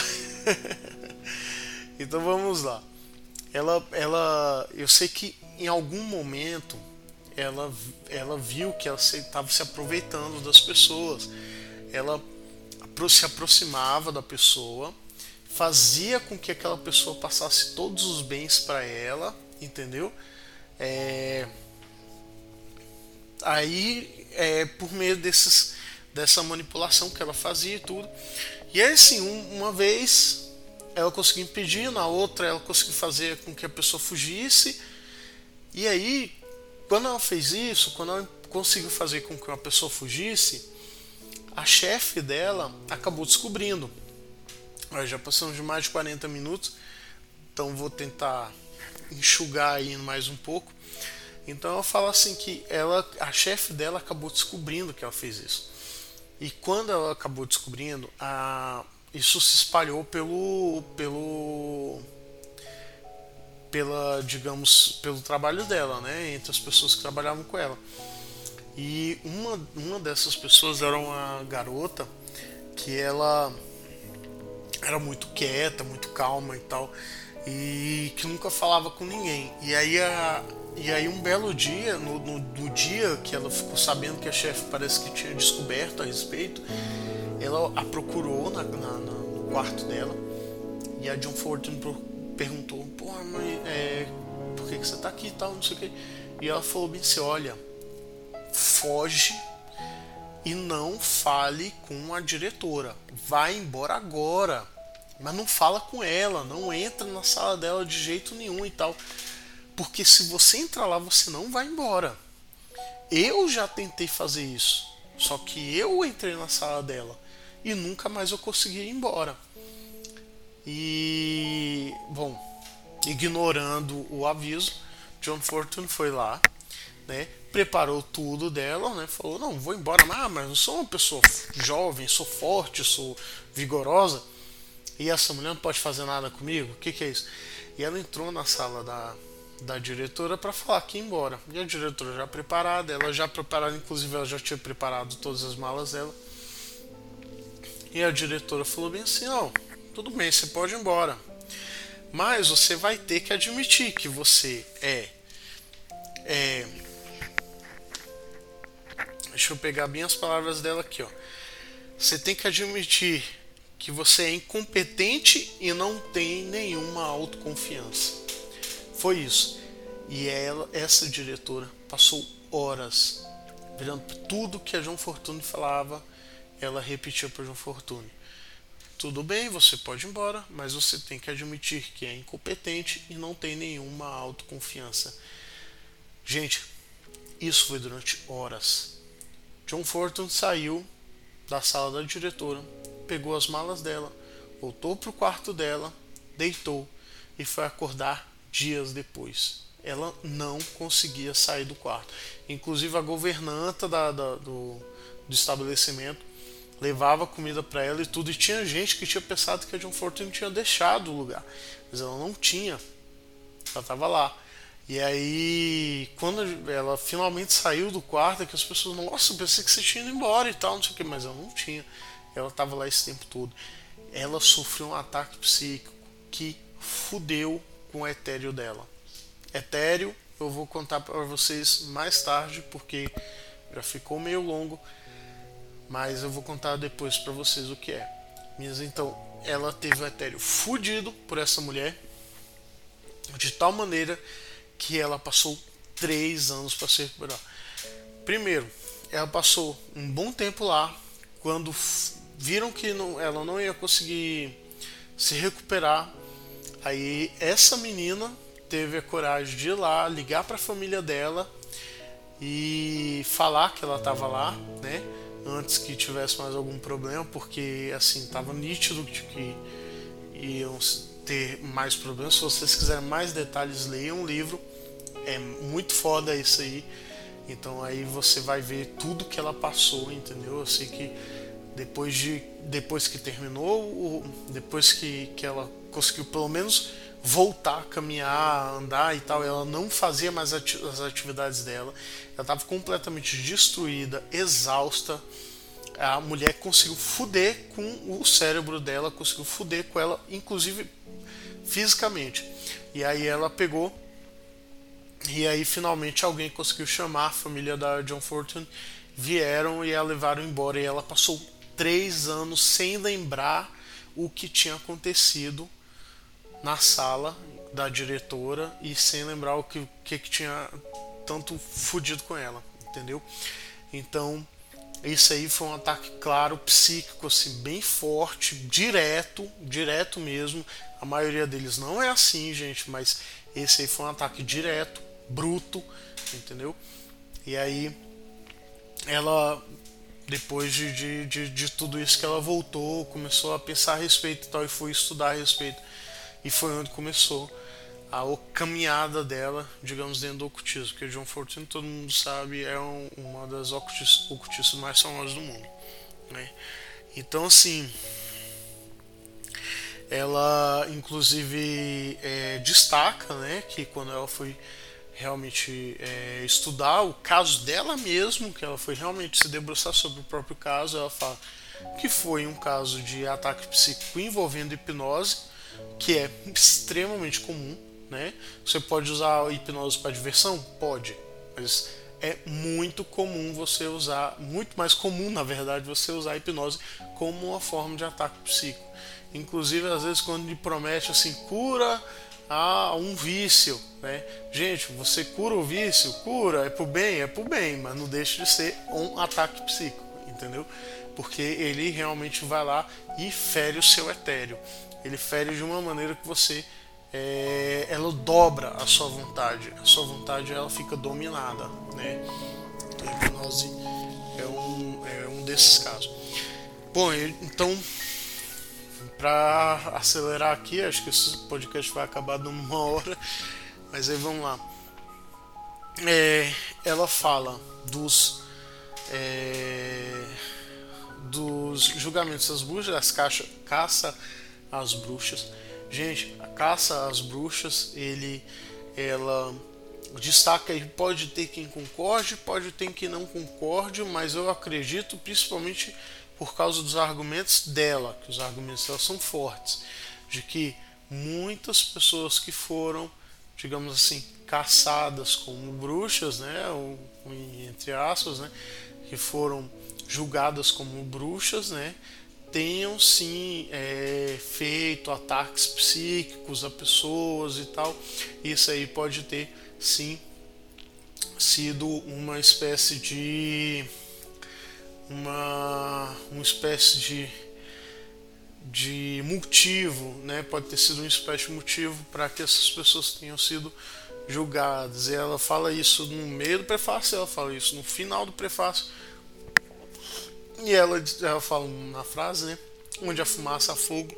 Então vamos lá. Ela, ela, eu sei que em algum momento ela, ela viu que ela estava se, se aproveitando das pessoas. Ela se aproximava da pessoa, fazia com que aquela pessoa passasse todos os bens para ela, entendeu? É... Aí, é, por meio desses, dessa manipulação que ela fazia e tudo. E aí, assim, um, uma vez ela conseguiu impedir, na outra ela conseguiu fazer com que a pessoa fugisse. E aí, quando ela fez isso, quando ela conseguiu fazer com que uma pessoa fugisse, a chefe dela acabou descobrindo. Nós já passamos de mais de quarenta minutos, então vou tentar enxugar aí mais um pouco. Então ela fala assim que ela, a chefe dela acabou descobrindo que ela fez isso. E quando ela acabou descobrindo, a, isso se espalhou pelo, pelo, pela, digamos, pelo trabalho dela, né, entre as pessoas que trabalhavam com ela. E uma, uma dessas pessoas era uma garota que ela era muito quieta, muito calma e tal, e que nunca falava com ninguém. E aí, a, e aí um belo dia, no, no, no dia que ela ficou sabendo que a chefe parece que tinha descoberto a respeito, ela a procurou na, na, na, no quarto dela, e a John Fortune perguntou: pô, mãe, é, por que, que você tá aqui e tal, não sei o que. E ela falou bem assim: olha, foge e não fale com a diretora, vai embora agora, mas não fala com ela, não entra na sala dela de jeito nenhum e tal, porque se você entrar lá você não vai embora. Eu já tentei fazer isso, só que eu entrei na sala dela e nunca mais eu consegui ir embora. E bom, ignorando o aviso, John Fortune foi lá, né, preparou tudo dela, né, falou: não, vou embora, ah, mas eu sou uma pessoa jovem, sou forte, sou vigorosa, e essa mulher não pode fazer nada comigo, o que, que é isso? E ela entrou na sala da, da diretora para falar que ia embora, e a diretora já preparada, ela já preparada, inclusive ela já tinha preparado todas as malas dela, e a diretora falou bem assim: não, tudo bem, você pode ir embora, mas você vai ter que admitir que você é é deixa eu pegar bem as palavras dela aqui, ó. Você tem que admitir que você é incompetente e não tem nenhuma autoconfiança. Foi isso. E ela, essa diretora passou horas virando tudo que a John Fortune falava, ela repetia para John Fortune: tudo bem, você pode ir embora, mas você tem que admitir que é incompetente e não tem nenhuma autoconfiança. Gente, isso foi durante horas. John Fortune saiu da sala da diretora, pegou as malas dela, voltou pro quarto dela, deitou e foi acordar dias depois. Ela não conseguia sair do quarto. Inclusive a governanta da, da, do, do estabelecimento levava comida para ela e tudo, e tinha gente que tinha pensado que a John Fortune tinha deixado o lugar, mas ela não tinha, ela estava lá. E aí, quando ela finalmente saiu do quarto, que as pessoas: nossa, eu pensei que você tinha ido embora e tal, não sei o que, mas ela não tinha. Ela estava lá esse tempo todo. Ela sofreu um ataque psíquico que fudeu com o etéreo dela. Etéreo, eu vou contar para vocês mais tarde, porque já ficou meio longo, mas eu vou contar depois para vocês o que é. Mas então, ela teve o etéreo fudido por essa mulher, de tal maneira que ela passou três anos para se recuperar. Primeiro, ela passou um bom tempo lá. Quando viram que não, ela não ia conseguir se recuperar, aí essa menina teve a coragem de ir lá, ligar para a família dela e falar que ela estava lá, né, antes que tivesse mais algum problema, porque assim estava nítido de que iam ter mais problemas. Se vocês quiserem mais detalhes, leiam um livro é muito foda isso aí. Então aí você vai ver tudo que ela passou, entendeu? Eu sei que depois de depois que terminou, depois que, que ela conseguiu pelo menos voltar a caminhar, andar e tal, ela não fazia mais as atividades dela. Ela estava completamente destruída, exausta. A mulher conseguiu foder com o cérebro dela, conseguiu foder com ela, inclusive fisicamente. E aí ela pegou, e aí finalmente alguém conseguiu chamar a família da John Fortune, vieram e a levaram embora. E ela passou três anos sem lembrar o que tinha acontecido na sala da diretora e sem lembrar o que, que, que tinha tanto fudido com ela, entendeu? Então isso aí foi um ataque, claro, psíquico, assim, bem forte, direto, direto mesmo. A maioria deles não é assim, gente, mas esse aí foi um ataque direto, bruto, entendeu? E aí ela, depois de, de, de, de tudo isso que ela voltou, começou a pensar a respeito e tal, e foi estudar a respeito. E foi onde começou a caminhada dela, digamos, dentro do ocultismo, porque John Fortune, todo mundo sabe, é um, uma das ocultistas, ocultistas mais famosas do mundo, né? Então, assim, ela inclusive é, destaca, né, que quando ela foi realmente é, estudar o caso dela mesmo, que ela foi realmente se debruçar sobre o próprio caso, ela fala que foi um caso de ataque psíquico envolvendo hipnose, que é extremamente comum, né? Você pode usar a hipnose para diversão? Pode, mas é muito comum você usar, muito mais comum na verdade, você usar a hipnose como uma forma de ataque psíquico. Inclusive, às vezes, quando lhe promete assim, cura a um vício, né? Gente, você cura o vício? Cura, é pro bem, é pro bem, mas não deixa de ser um ataque psíquico, entendeu? Porque ele realmente vai lá e fere o seu etéreo. Ele fere de uma maneira que você é, ela dobra a sua vontade, a sua vontade ela fica dominada, né? Então, a hipnose é um, é um desses casos. Bom, então, para acelerar aqui, acho que esse podcast vai acabar numa hora, mas aí vamos lá. É, ela fala dos é, dos julgamentos das bruxas, das caça, caça às bruxas. Gente, a caça às bruxas, ele, ela destaca aí, pode ter quem concorde, pode ter quem não concorde, mas eu acredito, principalmente por causa dos argumentos dela, que os argumentos dela são fortes, de que muitas pessoas que foram, digamos assim, caçadas como bruxas, né, ou, entre aspas, né, que foram julgadas como bruxas, né, tenham sim é, feito ataques psíquicos a pessoas e tal. Isso aí pode ter sim sido uma espécie de uma, uma espécie de, de motivo, né? Pode ter sido uma espécie de motivo para que essas pessoas tenham sido julgadas. E ela fala isso no meio do prefácio, ela fala isso no final do prefácio. E ela, ela fala na frase, né? Onde a fumaça há fogo.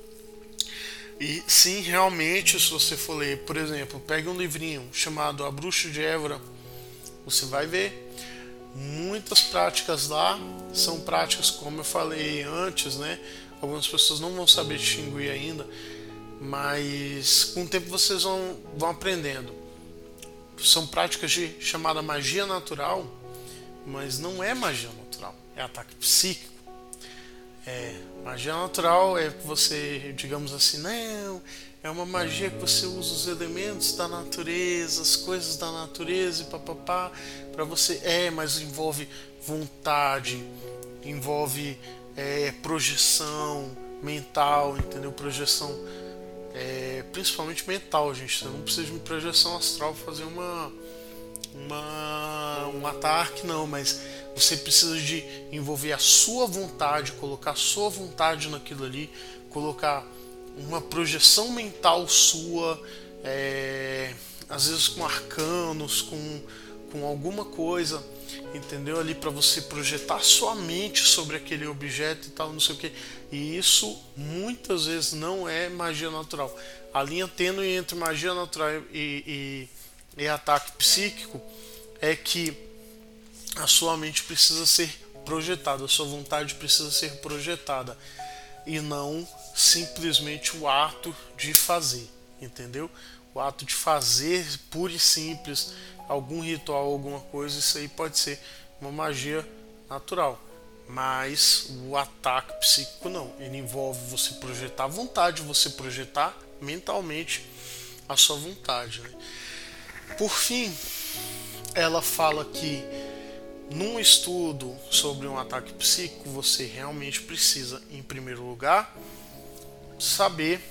E sim, realmente, se você for ler, por exemplo, pegue um livrinho chamado A Bruxa de Évora, você vai ver muitas práticas lá. São práticas, como eu falei antes, né? Algumas pessoas não vão saber distinguir ainda, mas com o tempo vocês vão, vão aprendendo. São práticas de chamada magia natural, mas não é magia natural, é ataque psíquico. É, magia natural é que você, digamos assim, não, é uma magia que você usa os elementos da natureza, as coisas da natureza e papapá, para você, é, mas envolve vontade, envolve é, projeção mental, entendeu? Projeção, é, principalmente mental, gente. Você não precisa de uma projeção astral para fazer uma, uma, um ataque, não, mas você precisa de envolver a sua vontade, colocar a sua vontade naquilo ali, colocar uma projeção mental sua, é, às vezes com arcanos, com, com alguma coisa, entendeu? Ali para você projetar sua mente sobre aquele objeto e tal, não sei o que. E isso muitas vezes não é magia natural. A linha tênue entre magia natural e, e, e ataque psíquico é que a sua mente precisa ser projetada, a sua vontade precisa ser projetada e não simplesmente o ato de fazer, entendeu? O ato de fazer puro e simples algum ritual, alguma coisa, isso aí pode ser uma magia natural, mas o ataque psíquico não, ele envolve você projetar a vontade, você projetar mentalmente a sua vontade, né? Por fim, ela fala que num estudo sobre um ataque psíquico, você realmente precisa, em primeiro lugar, saber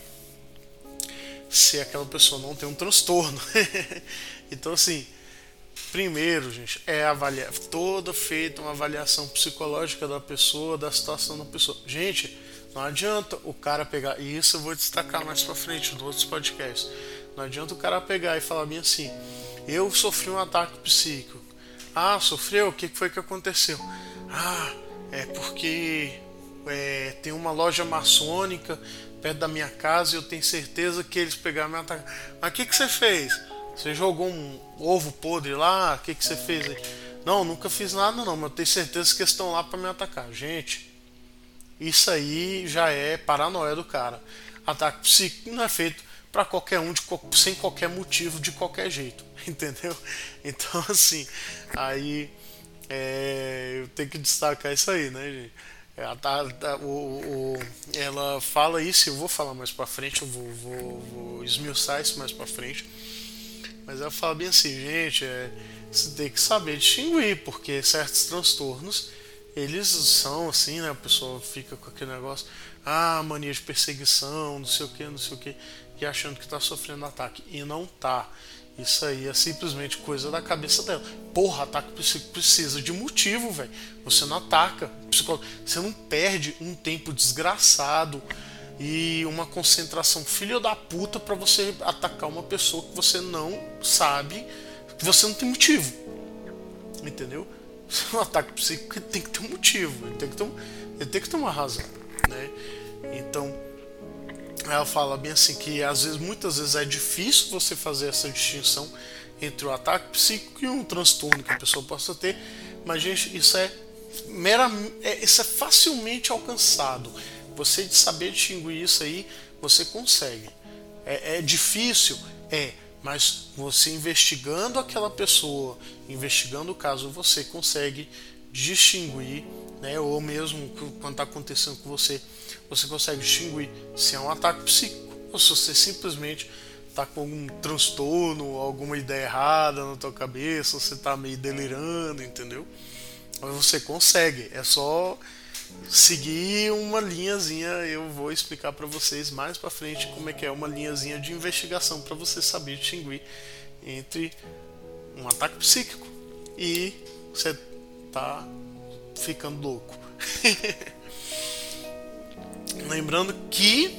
se aquela pessoa não tem um transtorno. Então, assim, primeiro, gente, é avaliar, toda feita uma avaliação psicológica da pessoa, da situação da pessoa. Gente, não adianta o cara pegar, e isso eu vou destacar mais pra frente nos outros podcasts. Não adianta o cara pegar e falar bem assim: eu sofri um ataque psíquico. Ah, sofreu? O que foi que aconteceu? Ah, é porque é, tem uma loja maçônica perto da minha casa e eu tenho certeza que eles pegaram meu ataque. Mas o que, que você fez? Você jogou um ovo podre lá? O que, que você fez aí? Não, nunca fiz nada não, mas eu tenho certeza que eles estão lá para me atacar. Gente, isso aí já é paranoia do cara. Ataque psíquico não é feito para qualquer um, de, sem qualquer motivo, de qualquer jeito, entendeu? Então, assim, aí é, eu tenho que destacar isso aí, né, gente? Ela, tá, tá, o, o, ela fala isso, eu vou falar mais pra frente, eu vou, vou, vou esmiuçar isso mais pra frente, mas ela fala bem assim: gente, é, você tem que saber distinguir, porque certos transtornos, eles são assim, né, a pessoa fica com aquele negócio, ah, mania de perseguição, não sei o que, não sei o que, e achando que tá sofrendo ataque, e não tá. Isso aí é simplesmente coisa da cabeça dela. Porra, ataque psíquico precisa de motivo, velho. Você não ataca. Você não perde um tempo desgraçado e uma concentração filho da puta pra você atacar uma pessoa que você não sabe, que você não tem motivo. Entendeu? Um ataque psíquico tem que ter um motivo. Ele tem que ter, um, ele tem que ter uma razão, né? Então, ela fala bem assim que às vezes, muitas vezes é difícil você fazer essa distinção entre o ataque psíquico e um transtorno que a pessoa possa ter, mas gente, isso é, mera, é, isso é facilmente alcançado. Você de saber distinguir isso aí, você consegue. É, é difícil? É, mas você investigando aquela pessoa, investigando o caso, você consegue distinguir, né, ou mesmo quando está acontecendo com você, você consegue distinguir se é um ataque psíquico ou se você simplesmente está com algum transtorno, alguma ideia errada na tua cabeça, você está meio delirando, entendeu? Mas você consegue, é só seguir uma linhazinha. Eu vou explicar para vocês mais para frente como é que é uma linhazinha de investigação para você saber distinguir entre um ataque psíquico e você tá ficando louco. Lembrando que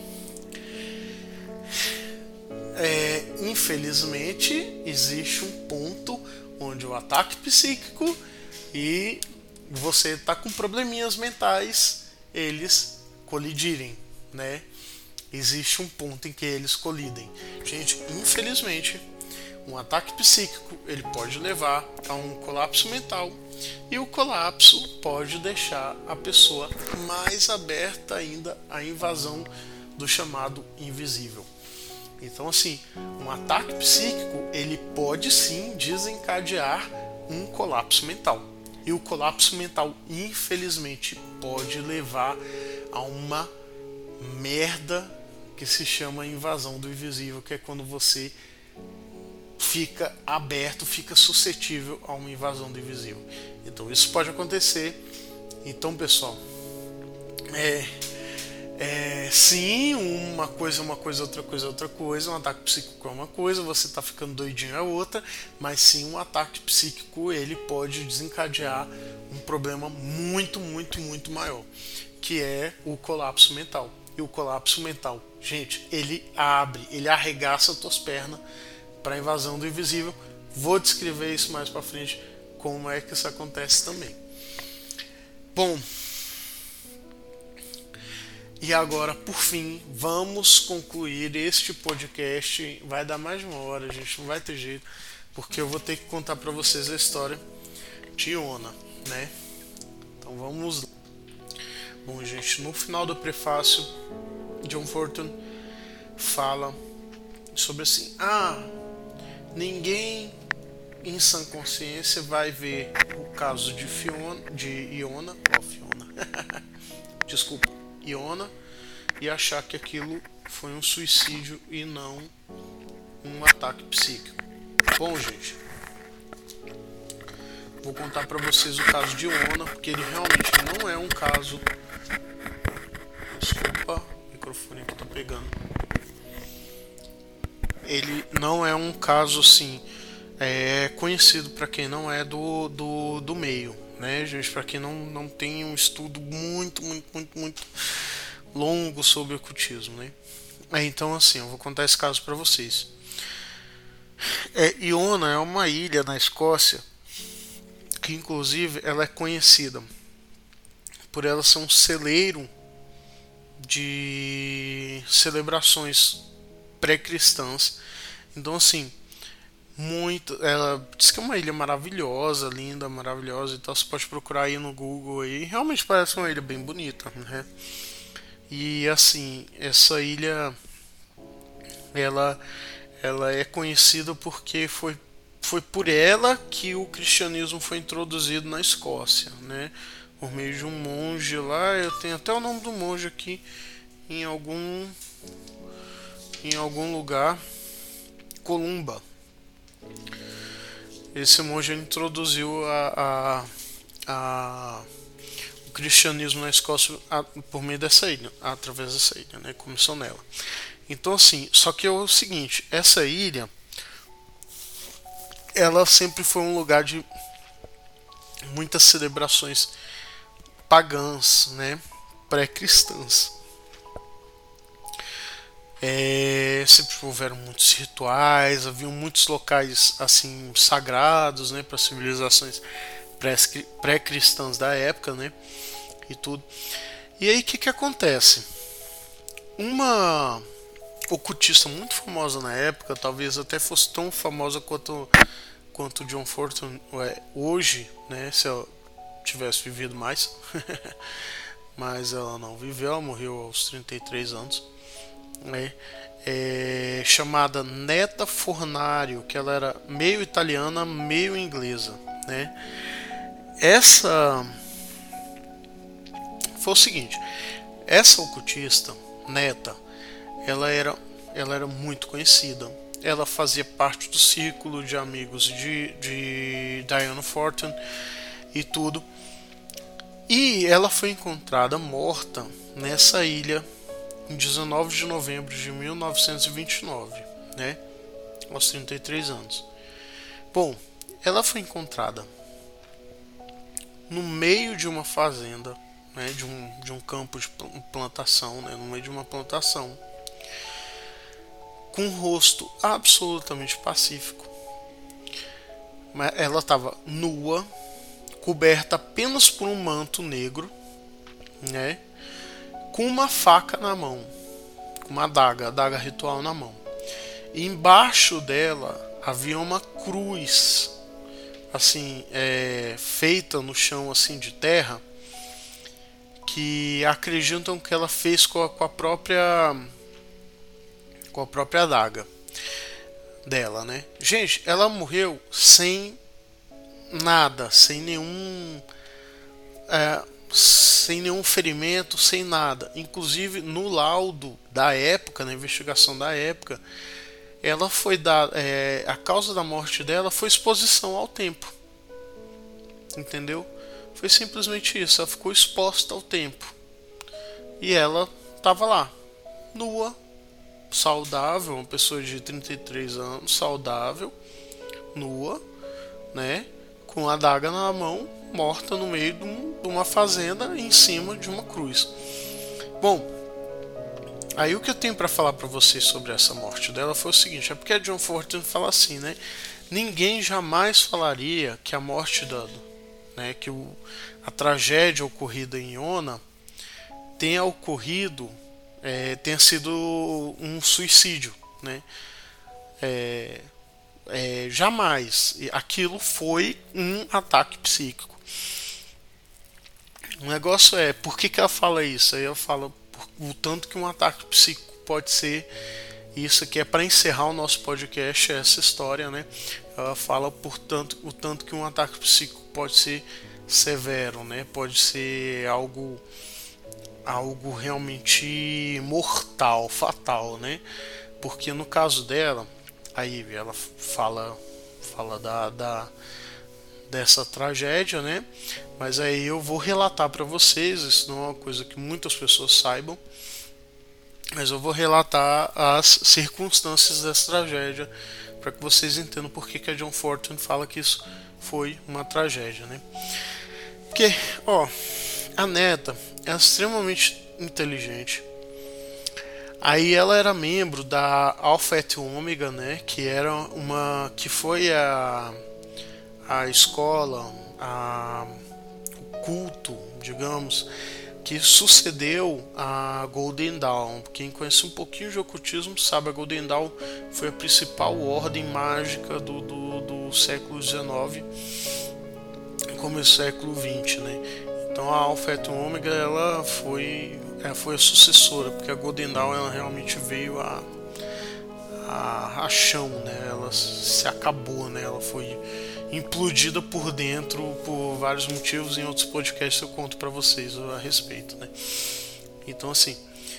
é, infelizmente existe um ponto onde o ataque psíquico e você tá com probleminhas mentais, eles colidirem, né? Existe um ponto em que eles colidem. Gente, infelizmente, um ataque psíquico ele pode levar a um colapso mental, e o colapso pode deixar a pessoa mais aberta ainda à invasão do chamado invisível. Então, assim, um ataque psíquico ele pode sim desencadear um colapso mental. E o colapso mental, infelizmente, pode levar a uma merda que se chama invasão do invisível, que é quando você fica aberto, fica suscetível a uma invasão do invisível. Então isso pode acontecer. Então, pessoal, é, é sim, uma coisa, uma coisa, outra coisa, outra coisa. Um ataque psíquico é uma coisa, você tá ficando doidinho é outra, mas sim, um ataque psíquico ele pode desencadear um problema muito, muito, muito maior, que é o colapso mental. E o colapso mental, gente, ele abre, ele arregaça as tuas pernas para a invasão do invisível. Vou descrever isso mais para frente, como é que isso acontece também. Bom, e agora, por fim, vamos concluir este podcast. Vai dar mais de uma hora, gente, não vai ter jeito. porque eu vou ter que contar para vocês a história de Iona, né? Então vamos lá. Bom, gente, no final do prefácio, John Fortune fala sobre assim: ah, ninguém em sã consciência vai ver o caso de Fiona, de Iona, ó, Fiona, desculpa, Iona, e achar que aquilo foi um suicídio e não um ataque psíquico. Bom, gente, vou contar para vocês o caso de Iona, porque ele realmente não é um caso. Desculpa, o microfone aqui tá pegando. Ele não é um caso assim é conhecido para quem não é do, do, do meio, né, gente? Para quem não, não tem um estudo muito, muito, muito, muito longo sobre ocultismo, né? É, então, assim, eu vou contar esse caso para vocês. É, Iona é uma ilha na Escócia que, inclusive, ela é conhecida por ela ser um celeiro de celebrações pré-cristãs. Então, assim, muito. Ela diz que é uma ilha maravilhosa, linda, maravilhosa. Então você pode procurar aí no Google aí. Realmente parece uma ilha bem bonita, né? E assim, essa ilha, ela, ela é conhecida porque foi, foi por ela que o cristianismo foi introduzido na Escócia, né? Por meio de um monge lá. Eu tenho até o nome do monge aqui em algum em algum lugar. Columba. Esse monge introduziu a, a, a, o cristianismo na Escócia a, por meio dessa ilha, através dessa ilha, né? Começou nela. Então, assim, só que é o seguinte: essa ilha, ela sempre foi um lugar de muitas celebrações pagãs, né? Pré-cristãs. É, sempre houveram muitos rituais, haviam muitos locais assim sagrados, né, para civilizações pré-cristãs da época, né, e tudo. E aí o que que acontece? Uma ocultista muito famosa na época, talvez até fosse tão famosa quanto quanto John Fortune é hoje, né, se ela tivesse vivido mais, mas ela não viveu, ela morreu aos trinta e três anos. Né, é, chamada Netta Fornario, que ela era meio italiana, meio inglesa, né? Essa foi o seguinte: essa ocultista Netta, ela era, ela era muito conhecida. Ela fazia parte do círculo de amigos de, de Diana Fortune e tudo. E ela foi encontrada morta nessa ilha em dezenove de novembro de mil novecentos e vinte e nove, né? Aos trinta e três anos. Bom, ela foi encontrada no meio de uma fazenda, né? De um, de um campo de plantação, né? No meio de uma plantação, com um rosto absolutamente pacífico. Mas ela estava nua, coberta apenas por um manto negro, né? Com uma faca na mão, com uma adaga, adaga ritual na mão. E embaixo dela havia uma cruz, assim, é, feita no chão assim de terra, que acreditam que ela fez com a, com a própria, com a própria adaga dela, né? Gente, ela morreu sem nada, sem nenhum é, sem nenhum ferimento, sem nada. Inclusive no laudo da época, na investigação da época, ela foi dada, é, a causa da morte dela foi exposição ao tempo, entendeu? Foi simplesmente isso, ela ficou exposta ao tempo e ela estava lá, nua, saudável, uma pessoa de trinta e três anos, saudável, nua, né, com a adaga na mão, morta no meio de, um, de uma fazenda em cima de uma cruz. Bom, aí o que eu tenho para falar para vocês sobre essa morte dela foi o seguinte: é porque a John Fortune fala assim, né? Ninguém jamais falaria que a morte da, né, que o, a tragédia ocorrida em Iona tenha ocorrido, é, tenha sido um suicídio, né? É, É, jamais. Aquilo foi um ataque psíquico. O negócio é, por que, que ela fala isso? Aí ela fala o tanto que um ataque psíquico pode ser. Isso aqui é para encerrar o nosso podcast, essa história, né? Ela fala por tanto, o tanto que um ataque psíquico pode ser severo, né? Pode ser algo algo realmente mortal, fatal, né? Porque no caso dela, aí ela fala fala da, da dessa tragédia, né? Mas aí eu vou relatar para vocês, isso não é uma coisa que muitas pessoas saibam, mas eu vou relatar as circunstâncias dessa tragédia para que vocês entendam por que, que a John Fortune fala que isso foi uma tragédia, né? Porque, ó, a neta é extremamente inteligente. Aí ela era membro da Alpha et Omega, né? Que era uma, que foi a a escola, a, o culto, digamos, que sucedeu a Golden Dawn. Quem conhece um pouquinho de ocultismo sabe, a Golden Dawn foi a principal ordem mágica do, do, do século dezenove, como o século vinte, né? Então a Alpha et Omega ela foi, ela foi a sucessora, porque a Golden Dawn ela realmente veio a, a, a chão, né? Ela se acabou, né? Ela foi implodida por dentro por vários motivos. Em outros podcasts eu conto para vocês a respeito, né? Então assim,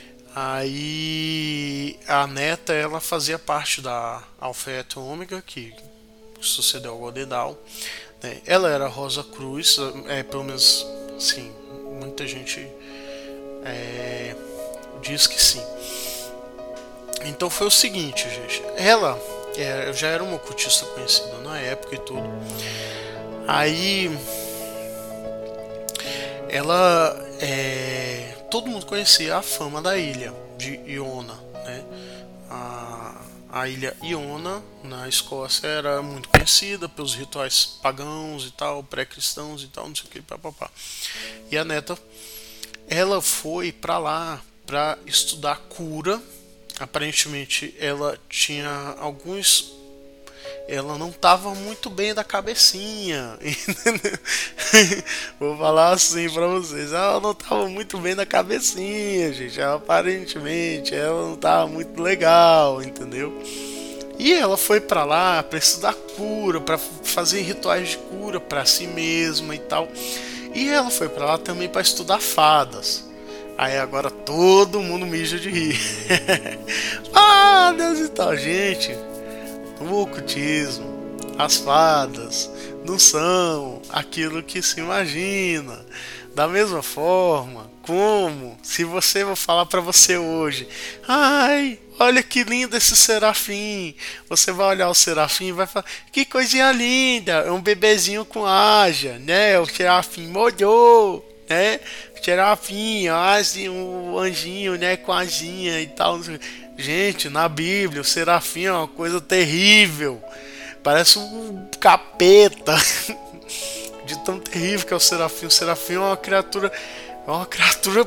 aí a neta ela fazia parte da Alpha et Omega, que sucedeu ao Golden Dawn, né? Ela era Rosa Cruz, é, pelo menos assim, muita gente é, diz que sim. Então foi o seguinte, gente, ela É, eu já era uma ocultista conhecida na época e tudo. Aí ela é, todo mundo conhecia a fama da ilha de Iona, né? A, a ilha Iona na Escócia era muito conhecida pelos rituais pagãos e tal, pré-cristãos e tal, não sei o que, papapá. E a neta, ela foi pra lá pra estudar cura. Aparentemente ela tinha alguns. Ela não estava muito bem da cabecinha. Entendeu? Vou falar assim pra vocês. Ela não estava muito bem da cabecinha, gente. Ela, aparentemente ela não estava muito legal, entendeu? E ela foi pra lá pra estudar cura, pra fazer rituais de cura pra si mesma e tal. E ela foi pra lá também pra estudar fadas. Aí agora todo mundo mija de rir. Ah, Deus e tal, gente. O ocultismo, as fadas, não são aquilo que se imagina. Da mesma forma, como se você vou falar pra você hoje, ai, olha que lindo esse serafim. Você vai olhar o serafim e vai falar, que coisinha linda, é um bebezinho com aja, né? O serafim molhou, né? Serafim, assim, um anjinho, né, com asinha e tal. Gente, na Bíblia, o serafim é uma coisa terrível. Parece um capeta. De tão terrível que é o serafim. O serafim é uma criatura, é uma criatura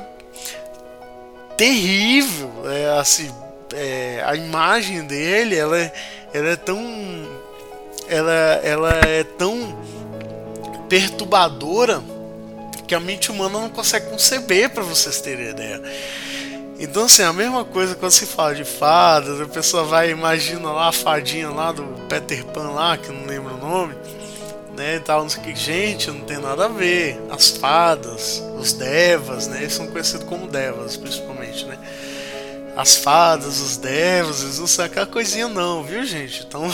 terrível. É assim, é, a imagem dele, ela é, ela é tão, ela, ela é tão perturbadora que a mente humana não consegue conceber, para vocês terem ideia. Então assim, a mesma coisa quando se fala de fadas, a pessoa vai imagina lá a fadinha lá do Peter Pan lá, que eu não lembro o nome, né, e tal, não sei o que. Gente, não tem nada a ver. As fadas, os devas, né, eles são conhecidos como devas, principalmente, né. As fadas, os devas, eles não são aquela coisinha não, viu, gente? Então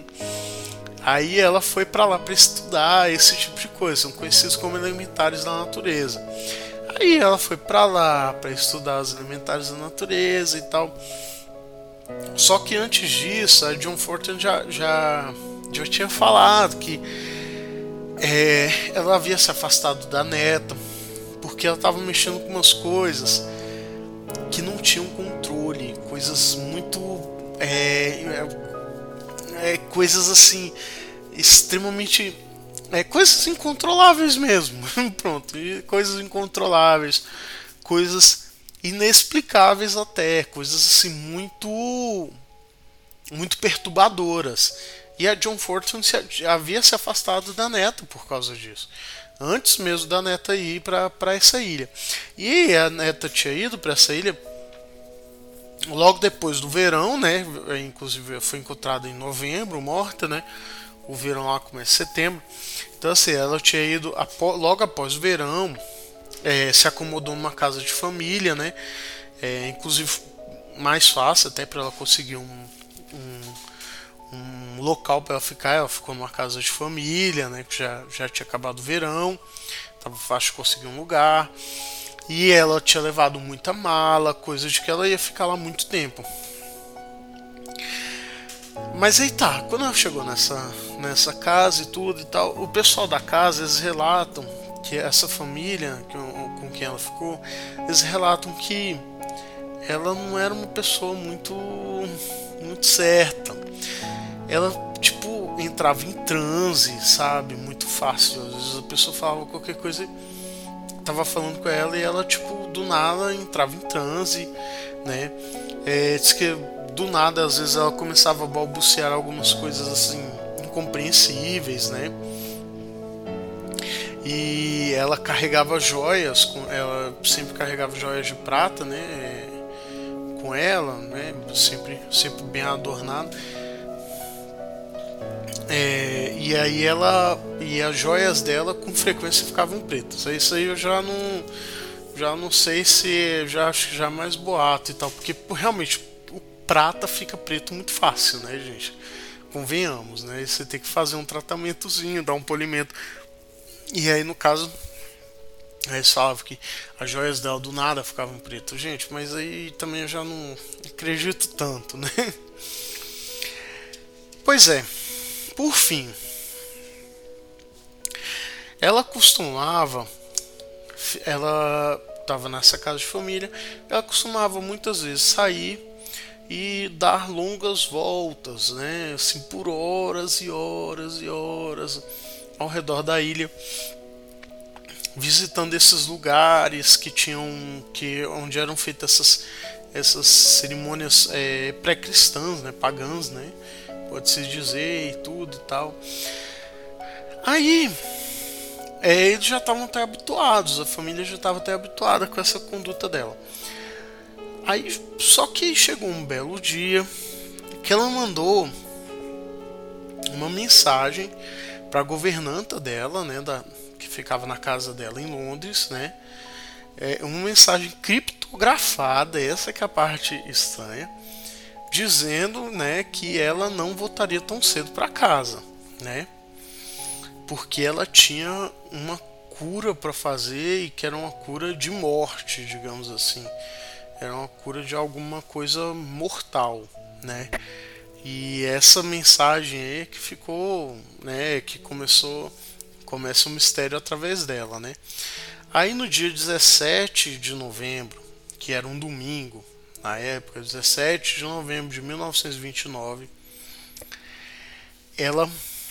aí ela foi pra lá pra estudar esse tipo de coisa, são conhecidos como elementares da natureza. Aí ela foi pra lá pra estudar os elementares da natureza e tal. Só que antes disso, a John Fortune já, já, já tinha falado que é, ela havia se afastado da neta porque ela estava mexendo com umas coisas que não tinham controle, coisas muito é, é, coisas assim extremamente é, coisas incontroláveis mesmo. Pronto, coisas incontroláveis, coisas inexplicáveis até, coisas assim muito muito perturbadoras. E a John Fortune se, havia se afastado da neta por causa disso. Antes mesmo da neta ir para essa ilha. E a neta tinha ido para essa ilha logo depois do verão, né? Inclusive foi encontrada em novembro, morta, né? O verão lá começa em setembro. Então assim, ela tinha ido logo após o verão, é, se acomodou numa casa de família, né? É, inclusive mais fácil até para ela conseguir um, um, um local para ela ficar. Ela ficou numa casa de família, né? Que já, já tinha acabado o verão, tava fácil de conseguir um lugar. E ela tinha levado muita mala, coisa de que ela ia ficar lá muito tempo. Mas aí tá, quando ela chegou nessa, nessa casa e tudo e tal, o pessoal da casa, eles relatam que essa família que, com quem ela ficou, eles relatam que ela não era uma pessoa muito, muito certa. Ela, tipo, entrava em transe, sabe? Muito fácil. Às vezes a pessoa falava qualquer coisa, tava falando com ela e ela, tipo, do nada entrava em transe, né? É, diz que do nada, às vezes, ela começava a balbuciar algumas coisas assim incompreensíveis, né? E ela carregava joias, com, ela sempre carregava joias de prata, né? Com ela, né? Sempre, sempre bem adornada. É, e aí ela e as joias dela com frequência ficavam pretas. Isso aí eu já não, já não sei se já acho que já é mais boato e tal, porque realmente o prata fica preto muito fácil, né, gente? Convenhamos, né? E você tem que fazer um tratamentozinho, dar um polimento. E aí no caso eles falavam que as joias dela do nada ficavam pretas, gente, mas aí também eu já não acredito tanto, né? Pois é. Por fim, ela costumava, ela estava nessa casa de família, ela costumava muitas vezes sair e dar longas voltas, né, assim por horas e horas e horas ao redor da ilha, visitando esses lugares que tinham, que onde eram feitas essas essas cerimônias é, pré-cristãs, né, pagãs, né? Pode-se dizer e tudo e tal. Aí é, eles já estavam até habituados, a família já estava até habituada com essa conduta dela. Aí só que chegou um belo dia que ela mandou uma mensagem para a governanta dela, né, da, que ficava na casa dela em Londres, né, é, uma mensagem criptografada, essa que é a parte estranha, dizendo, né, que ela não voltaria tão cedo para casa, né? Porque ela tinha uma cura para fazer e que era uma cura de morte, digamos assim. Era uma cura de alguma coisa mortal, né? E essa mensagem aí que ficou, né, que começou, começa o mistério através dela, né? Aí no dia dezessete de novembro, que era um domingo, na época, dezessete de novembro de mil novecentos e vinte e nove, ela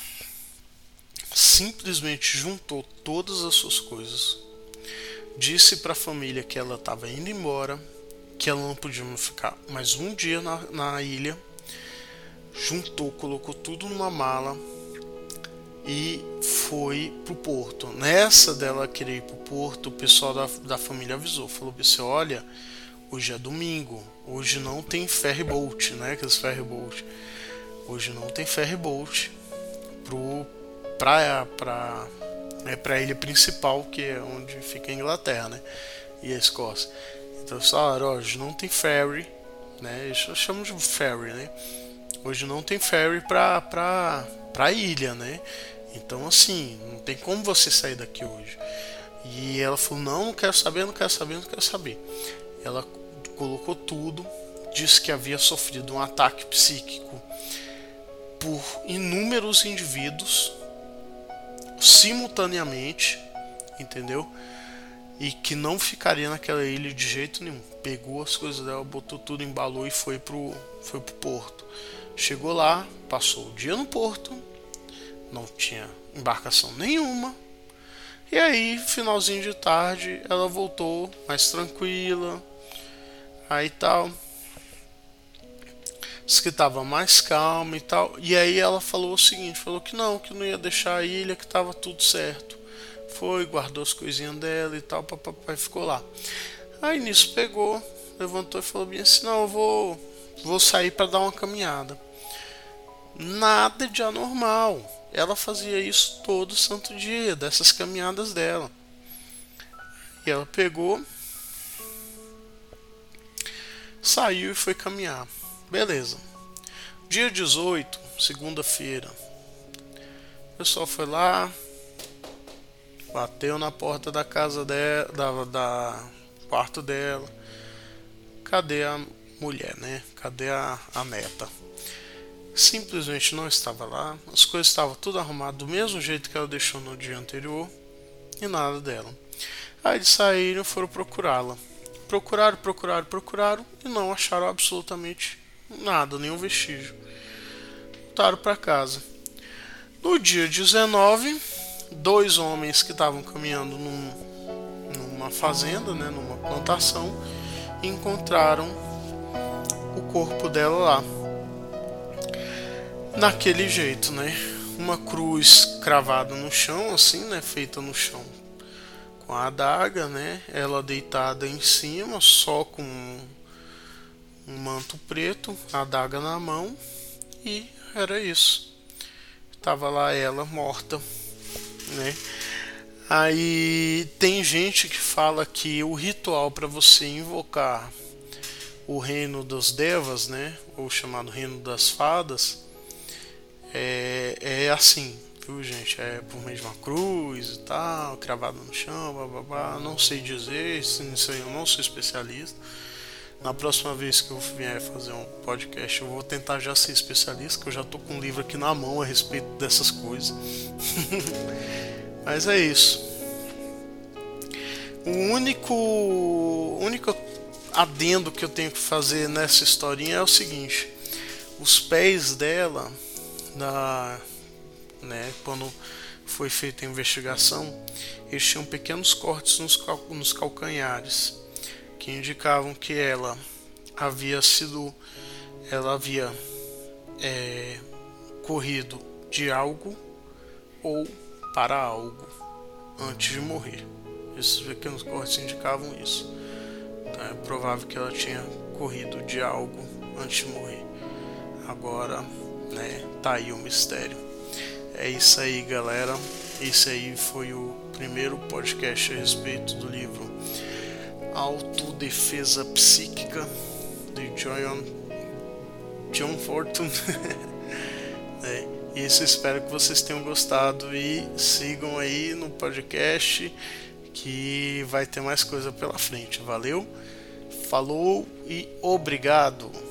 simplesmente juntou todas as suas coisas, disse para a família que ela estava indo embora, que ela não podia ficar mais um dia na, na ilha, juntou, colocou tudo numa mala e foi pro porto. Nessa dela querer ir pro porto, o pessoal da, da família avisou, falou pra você: olha, hoje é domingo, hoje não tem ferry boat, né? Aqueles ferry boat. Hoje não tem ferry boat pro, pra, pra, é, pra ilha principal, que é onde fica a Inglaterra, né? E a Escócia. Então eles falaram: hoje não tem ferry, né? Eles chamam de ferry, né? Hoje não tem ferry pra, pra, pra ilha, né? Então assim, não tem como você sair daqui hoje. E ela falou: não, não quero saber, não quero saber, não quero saber. Ela colocou tudo, disse que havia sofrido um ataque psíquico por inúmeros indivíduos simultaneamente, entendeu? E que não ficaria naquela ilha de jeito nenhum. Pegou as coisas dela, botou tudo, embalou e foi pro, foi pro porto. Chegou lá, passou o dia no porto, não tinha embarcação nenhuma. E aí, finalzinho de tarde, ela voltou mais tranquila, aí tal. disse que estava mais calma e tal. E aí ela falou o seguinte, falou que não, que não ia deixar a ilha, que estava tudo certo. Foi, guardou as coisinhas dela e tal, papai ficou lá. Aí nisso pegou, levantou e falou bem assim, não, eu vou, vou sair para dar uma caminhada. Nada de anormal. Ela fazia isso todo santo dia, dessas caminhadas dela. E ela pegou, saiu e foi caminhar. Beleza. Dia dezoito, segunda-feira. O pessoal foi lá, bateu na porta da casa dela, da, da quarto dela. Cadê a mulher, né? Cadê a, a neta? Simplesmente não estava lá. As coisas estavam tudo arrumado do mesmo jeito que ela deixou no dia anterior e nada dela. Aí eles saíram e foram procurá-la. Procuraram, procuraram, procuraram e não acharam absolutamente nada, nenhum vestígio. Voltaram para casa. No dia dezenove, dois homens que estavam caminhando num, numa fazenda, né, numa plantação, encontraram o corpo dela lá. Naquele jeito, né? Uma cruz cravada no chão, assim, né? Feita no chão com a adaga, né? Ela deitada em cima, só com um manto preto, a adaga na mão, e era isso. Tava lá ela morta, né? Aí tem gente que fala que o ritual para você invocar o reino dos devas, né? Ou chamado reino das fadas, é, é assim, viu, gente? É por meio de uma cruz e tal, cravado no chão, blá, blá, blá. Não sei dizer, isso aí eu não sou especialista. Na próxima vez que eu vier fazer um podcast, eu vou tentar já ser especialista, que eu já tô com um livro aqui na mão a respeito dessas coisas. Mas é isso. O único, único adendo que eu tenho que fazer nessa historinha é o seguinte: os pés dela, na, né, quando foi feita a investigação, eles tinham pequenos cortes nos, cal, nos calcanhares, que indicavam que ela havia sido, ela havia é, corrido de algo ou para algo antes de morrer. Esses pequenos cortes indicavam isso. Então é provável que ela tinha corrido de algo antes de morrer. Agora, né, tá aí o mistério. É isso aí, galera. Esse aí foi o primeiro podcast a respeito do livro Autodefesa Psíquica de John, John Fortune. É, isso, espero que vocês tenham gostado e sigam aí no podcast que vai ter mais coisa pela frente. Valeu, falou e obrigado.